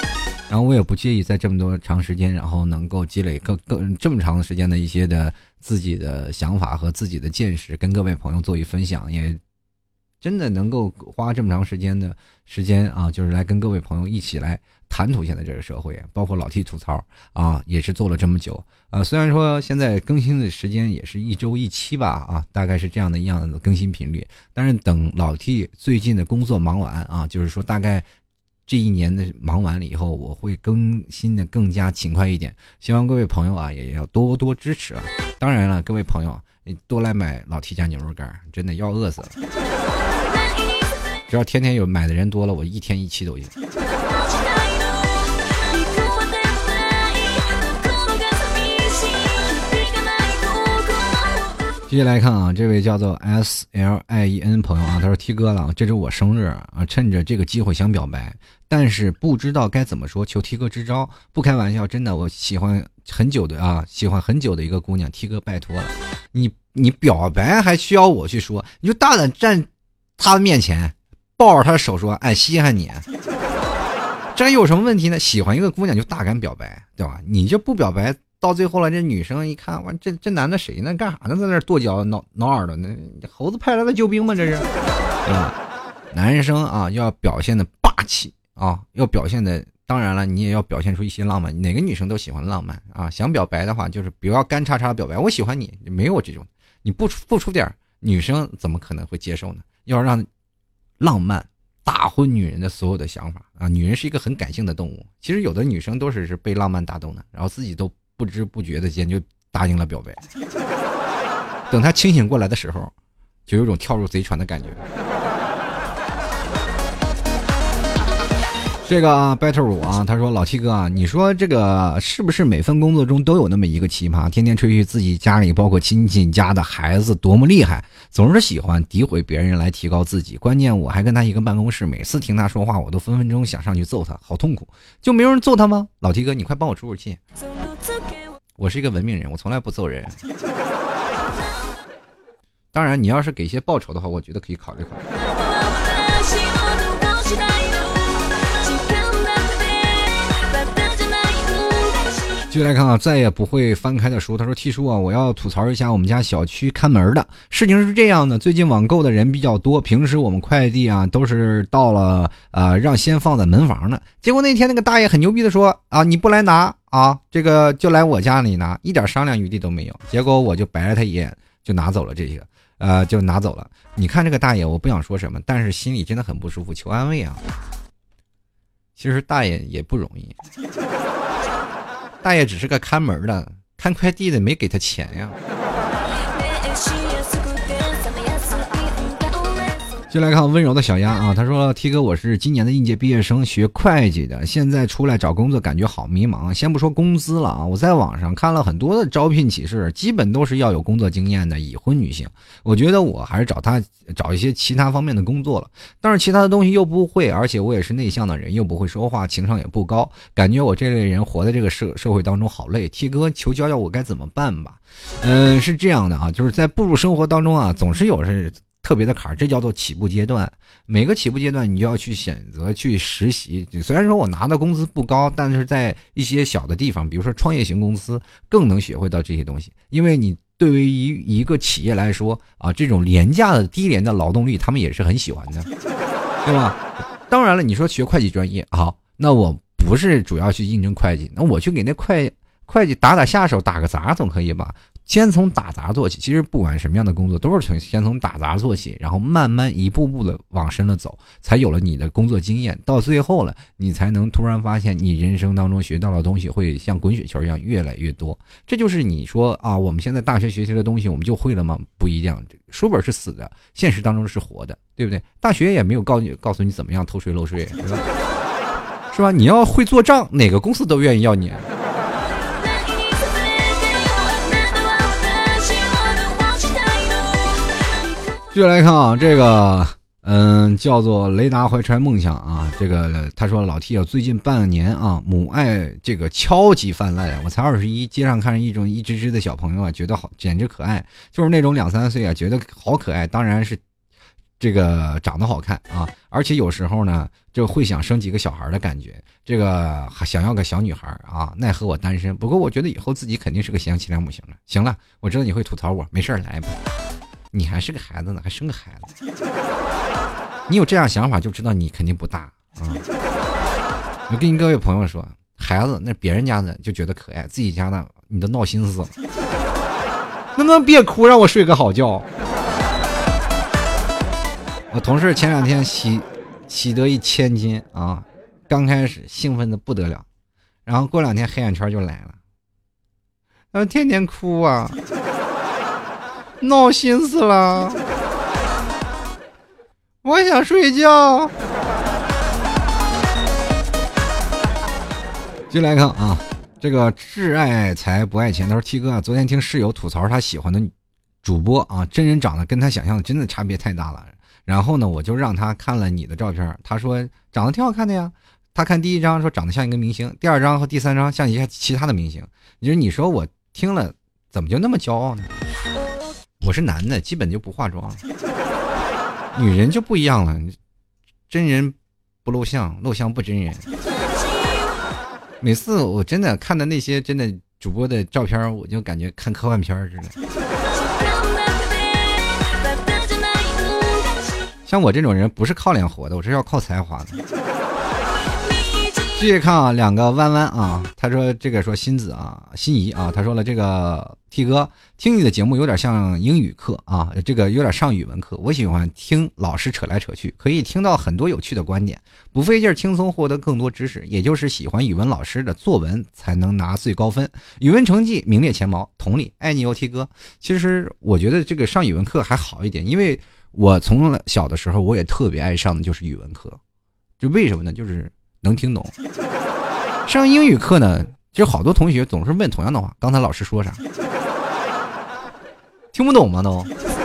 然后我也不介意在这么多长时间，然后能够积累更这么长时间的一些的自己的想法和自己的见识，跟各位朋友做一分享，也真的能够花这么长时间啊，就是来跟各位朋友一起来谈吐现在这个社会，包括老 T 吐槽啊，也是做了这么久啊。虽然说现在更新的时间也是1周1期吧啊，大概是这样的一样的更新频率。但是等老 T 最近的工作忙完啊，就是说大概这一年的忙完了以后，我会更新的更加勤快一点。希望各位朋友啊也要多多支持啊。当然了，各位朋友，你多来买老 T 家牛肉干，真的要饿死了。只要天天有买的人多了，我1天1期都行。接下来看啊，这位叫做 SLIEN 朋友啊，他说 T 哥了，这是我生日啊，趁着这个机会想表白，但是不知道该怎么说，求 T 哥支招。不开玩笑，真的，我喜欢很久的一个姑娘 ，T 哥拜托了，你表白还需要我去说？你就大胆站她的面前，抱着她的手说，哎，稀罕你，这有什么问题呢？喜欢一个姑娘就大敢表白，对吧？你就不表白。到最后了，这女生一看，哇，这男的谁呢？干啥呢？在那跺脚挠耳朵呢？猴子派来的救兵吗？这是，对吧？男生啊，要表现的霸气啊，要表现的，当然了，你也要表现出一些浪漫。哪个女生都喜欢浪漫啊？想表白的话，就是不要干叉叉表白，我喜欢你，没有这种，你不出点，女生怎么可能会接受呢？要让浪漫打昏女人的所有的想法啊！女人是一个很感性的动物，其实有的女生都是被浪漫打动的，然后自己都不知不觉的间就答应了表白，等他清醒过来的时候，就有种跳入贼船的感觉。这个啊 Battle 啊，他说老 T 哥啊，你说这个是不是每份工作中都有那么一个奇葩，天天吹嘘自己家里包括亲戚家的孩子多么厉害，总是喜欢诋毁别人来提高自己。关键我还跟他一个办公室，每次听他说话，我都分分钟想上去揍他，好痛苦。就没有人揍他吗？老 T 哥，你快帮我出出气。我是一个文明人，我从来不揍人。当然，你要是给一些报酬的话，我觉得可以考虑考虑。继续来看啊，再也不会翻开的书。他说 T 叔啊，我要吐槽一下我们家小区看门的事情。是这样的，最近网购的人比较多，平时我们快递啊都是到了让先放在门房的，结果那天那个大爷很牛逼的说啊，你不来拿啊，这个就来我家里拿，一点商量余地都没有。结果我就白了他一眼，就拿走了这个就拿走了。你看这个大爷，我不想说什么，但是心里真的很不舒服，求安慰啊。其实大爷也不容易，大爷只是个看门的，看快递的没给他钱呀。就来看温柔的小鸭啊，他说 T 哥，我是今年的应届毕业生，学会计的，现在出来找工作感觉好迷茫。先不说工资了啊，我在网上看了很多的招聘启事，基本都是要有工作经验的已婚女性。我觉得我还是找一些其他方面的工作了，但是其他的东西又不会，而且我也是内向的人，又不会说话，情商也不高，感觉我这类人活在这个社会当中好累。T 哥，求教教我该怎么办吧。是这样的啊，就是在步入生活当中啊，总是有人特别的坎儿，这叫做起步阶段。每个起步阶段你就要去选择去实习。虽然说我拿的工资不高，但是在一些小的地方，比如说创业型公司，更能学会到这些东西。因为你对于一个企业来说啊，这种廉价的低廉的劳动力他们也是很喜欢的，对吧？当然了，你说学会计专业好，那我不是主要去应征会计，那我去给那会计打下手，打个杂总可以吧？先从打杂做起，其实不管什么样的工作都是先从打杂做起，然后慢慢一步步的往深了走，才有了你的工作经验，到最后了你才能突然发现你人生当中学到的东西会像滚雪球一样越来越多。这就是你说啊，我们现在大学学习的东西我们就会了吗？不一样，书本是死的，现实当中是活的，对不对？大学也没有告诉你怎么样偷税漏税，对吧？是吧？你要会做账，哪个公司都愿意要你。继续来看啊，这个叫做雷达怀揣梦想啊，这个他说老 T 啊，最近半年啊，母爱这个超级泛滥，我才21，街上看着一只只的小朋友啊，觉得好简直可爱，就是那种2、3岁啊，觉得好可爱，当然是这个长得好看啊，而且有时候呢就会想生几个小孩的感觉，这个想要个小女孩啊，奈何我单身。不过我觉得以后自己肯定是个贤妻良母型了。行了，我知道你会吐槽我，没事来吧。你还是个孩子呢，还生个孩子，你有这样想法就知道你肯定不大啊。我跟各位朋友说，孩子那别人家的就觉得可爱，自己家的你都闹心思了。能不能别哭，让我睡个好觉？我同事前2天喜得1000斤啊，刚开始兴奋的不得了，然后过2天黑眼圈就来了，然后天天哭啊，闹心死了，我想睡觉。进来看啊，这个挚爱财不爱钱，他说 T 哥啊，昨天听室友吐槽他喜欢的主播啊，真人长得跟他想象的真的差别太大了。然后呢，我就让他看了你的照片，他说长得挺好看的呀。他看第1张说长得像一个明星，第2张和第3张像一些其他的明星。你说我听了怎么就那么骄傲呢？我是男的，基本就不化妆，女人就不一样了，真人不露相，露相不真人。每次我真的看的那些真的主播的照片，我就感觉看科幻片似的。像我这种人不是靠脸活的，我是要靠才华的。继续看啊，两个弯弯啊，他说这个说心仪啊，他说了这个 T 哥听你的节目有点像英语课啊，这个有点上语文课，我喜欢听老师扯来扯去，可以听到很多有趣的观点，不费劲轻松获得更多知识，也就是喜欢语文老师的作文才能拿最高分，语文成绩名列前茅，同理爱你哦 T 哥。其实我觉得这个上语文课还好一点，因为我从小的时候我也特别爱上的就是语文课，就为什么呢，就是能听懂。上英语课呢，就好多同学总是问同样的话，刚才老师说啥听不懂吗都。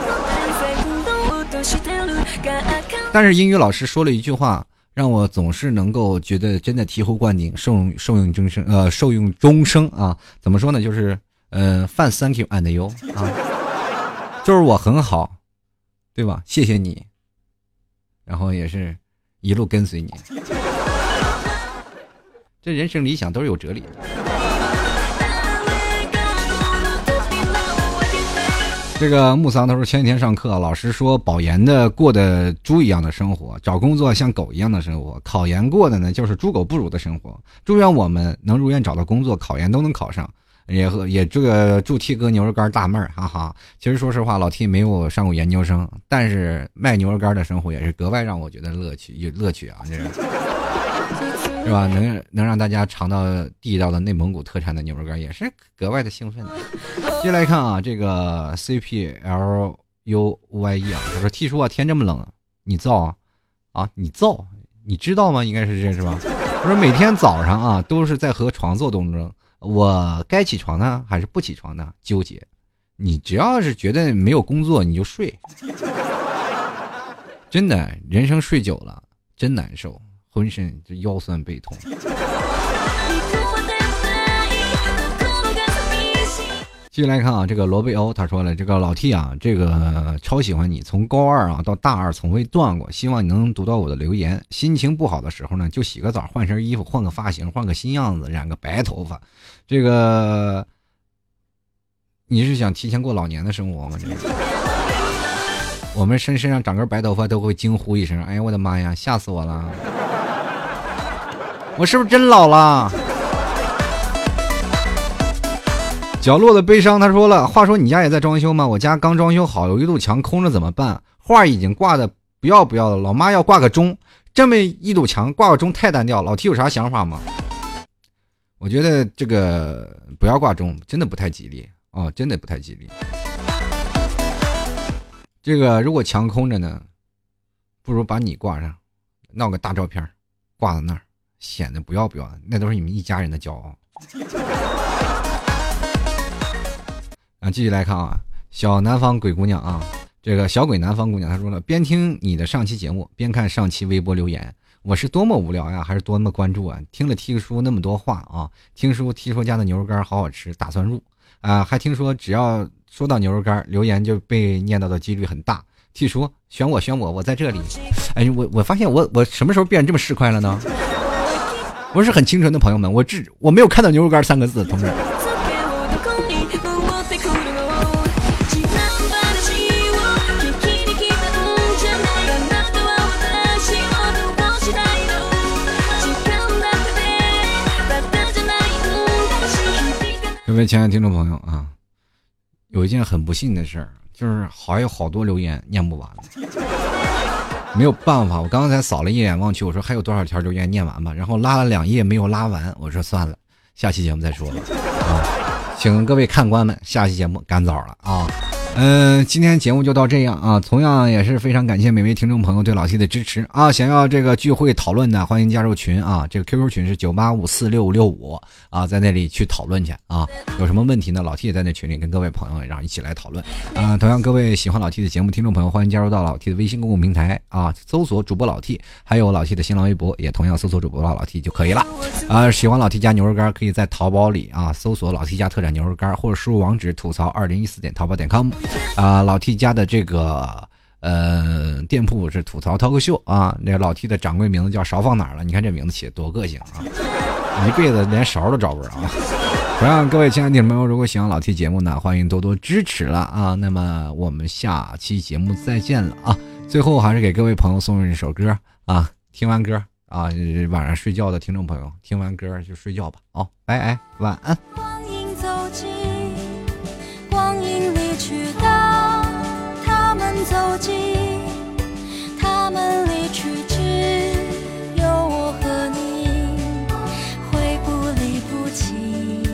但是英语老师说了一句话让我总是能够觉得真的醍醐灌顶，受用终生啊。怎么说呢，就是饭 thank you and you 啊，就是我很好，对吧，谢谢你，然后也是一路跟随你。这人生理想都是有哲理的。这个木桑他说前几天上课，老师说保研的过的猪一样的生活，找工作像狗一样的生活，考研过的呢就是猪狗不如的生活。祝愿我们能如愿找到工作，考研都能考上，也这个祝 T 哥牛肉干大妹儿，哈哈。其实说实话，老 T 没有上过研究生，但是卖牛肉干的生活也是格外让我觉得乐趣啊，这是吧？能让大家尝到地道的内蒙古特产的牛肉干，也是格外的兴奋。接下来看啊，这个 CPLUYE 啊，他说 T 叔啊，天这么冷，你燥啊？你燥？你知道吗？应该是这是吧？他说每天早上啊，都是在和床做斗争，我该起床呢还是不起床呢？纠结。你只要是觉得没有工作，你就睡。真的，人生睡久了真难受。浑身就腰酸背痛。继续来看啊，这个罗贝欧他说了，这个老 T 啊，这个超喜欢你，从高2啊到大2从未断过，希望你能读到我的留言。心情不好的时候呢，就洗个澡，换身衣服，换个发型，换个新样子，染个白头发。这个你是想提前过老年的生活吗？这个我们身上长根白头发都会惊呼一声，哎呀我的妈呀，吓死我了，我是不是真老了？角落的悲伤他说了，话说你家也在装修吗？我家刚装修好，有一堵墙空着怎么办？画已经挂的不要的，老妈要挂个钟，这么一堵墙挂个钟太单调，老 T 有啥想法吗？我觉得这个不要挂钟真的不太吉利哦，真的不太吉利。这个如果墙空着呢，不如把你挂上，闹个大照片挂在那儿，显得不要的，那都是你们一家人的骄傲。啊，继续来看啊，小南方鬼姑娘啊，这个小鬼南方姑娘她说了，边听你的上期节目边看上期微博留言，我是多么无聊呀，还是多么关注啊？听了 T 叔那么多话啊，听说 T 叔家的牛肉干好好吃，打算入啊，还听说只要说到牛肉干，留言就被念到的几率很大。 T 叔选我，我在这里。哎，我发现我什么时候变这么市侩了呢？我是很清纯的朋友们，我没有看到牛肉干3个字，同志。各位亲爱的听众朋友啊，有一件很不幸的事儿，就是还有好多留言念不完，没有办法，我刚才扫了一眼望去，我说还有多少条留言念完吧，然后拉了2页没有拉完，我说算了，下期节目再说了啊，请各位看官们，下期节目赶早了啊。今天节目就到这样啊，同样也是非常感谢每位听众朋友对老 T 的支持啊，想要这个聚会讨论的欢迎加入群啊，这个 QQ 群是9854665啊，在那里去讨论去啊，有什么问题呢，老 T 也在那群里跟各位朋友让一起来讨论啊。同样各位喜欢老 T 的节目听众朋友，欢迎加入到老 T 的微信公共平台啊，搜索主播老 T， 还有老 T 的新浪微博也同样搜索主播老 T 就可以了啊。喜欢老 T 家牛肉干，可以在淘宝里啊搜索老 T 家特产牛肉干，或者输入网址吐槽2014.淘宝.com啊，老 T 家的这个店铺是吐槽 talk show 啊，那老 T 的掌柜名字叫勺放哪儿了？你看这名字起得多个性啊，一辈子连勺都找不着啊。同样各位亲爱的听众朋友，如果喜欢老 T 节目呢，欢迎多多支持了啊。那么我们下期节目再见了啊。最后还是给各位朋友送上一首歌啊，听完歌啊，晚上睡觉的听众朋友听完歌就睡觉吧。好，拜拜，晚安。 光阴走近，光阴离去的他们走近，他们离去只有我和你，会不离不弃，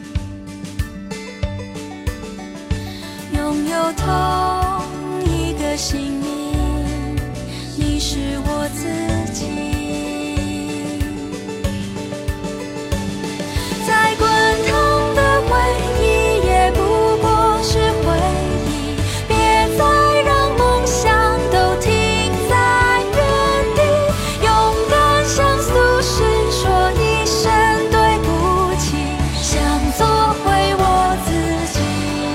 拥有同一个姓名，你是我自己。再滚烫的回忆也不过是回忆，别再让梦想都停在原地，勇敢向俗世说一声对不起，想做回我自己。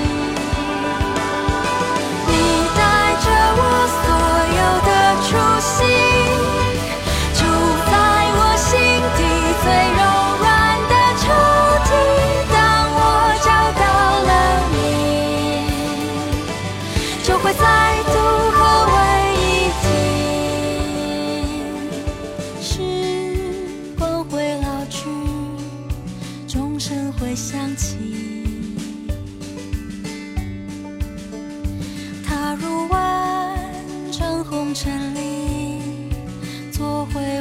你带着我所有的初心，住在我心底最柔软的抽屉，当我找到了你，就会再度合为一体。时光会老去，钟声会响起，踏入万丈红尘里，做回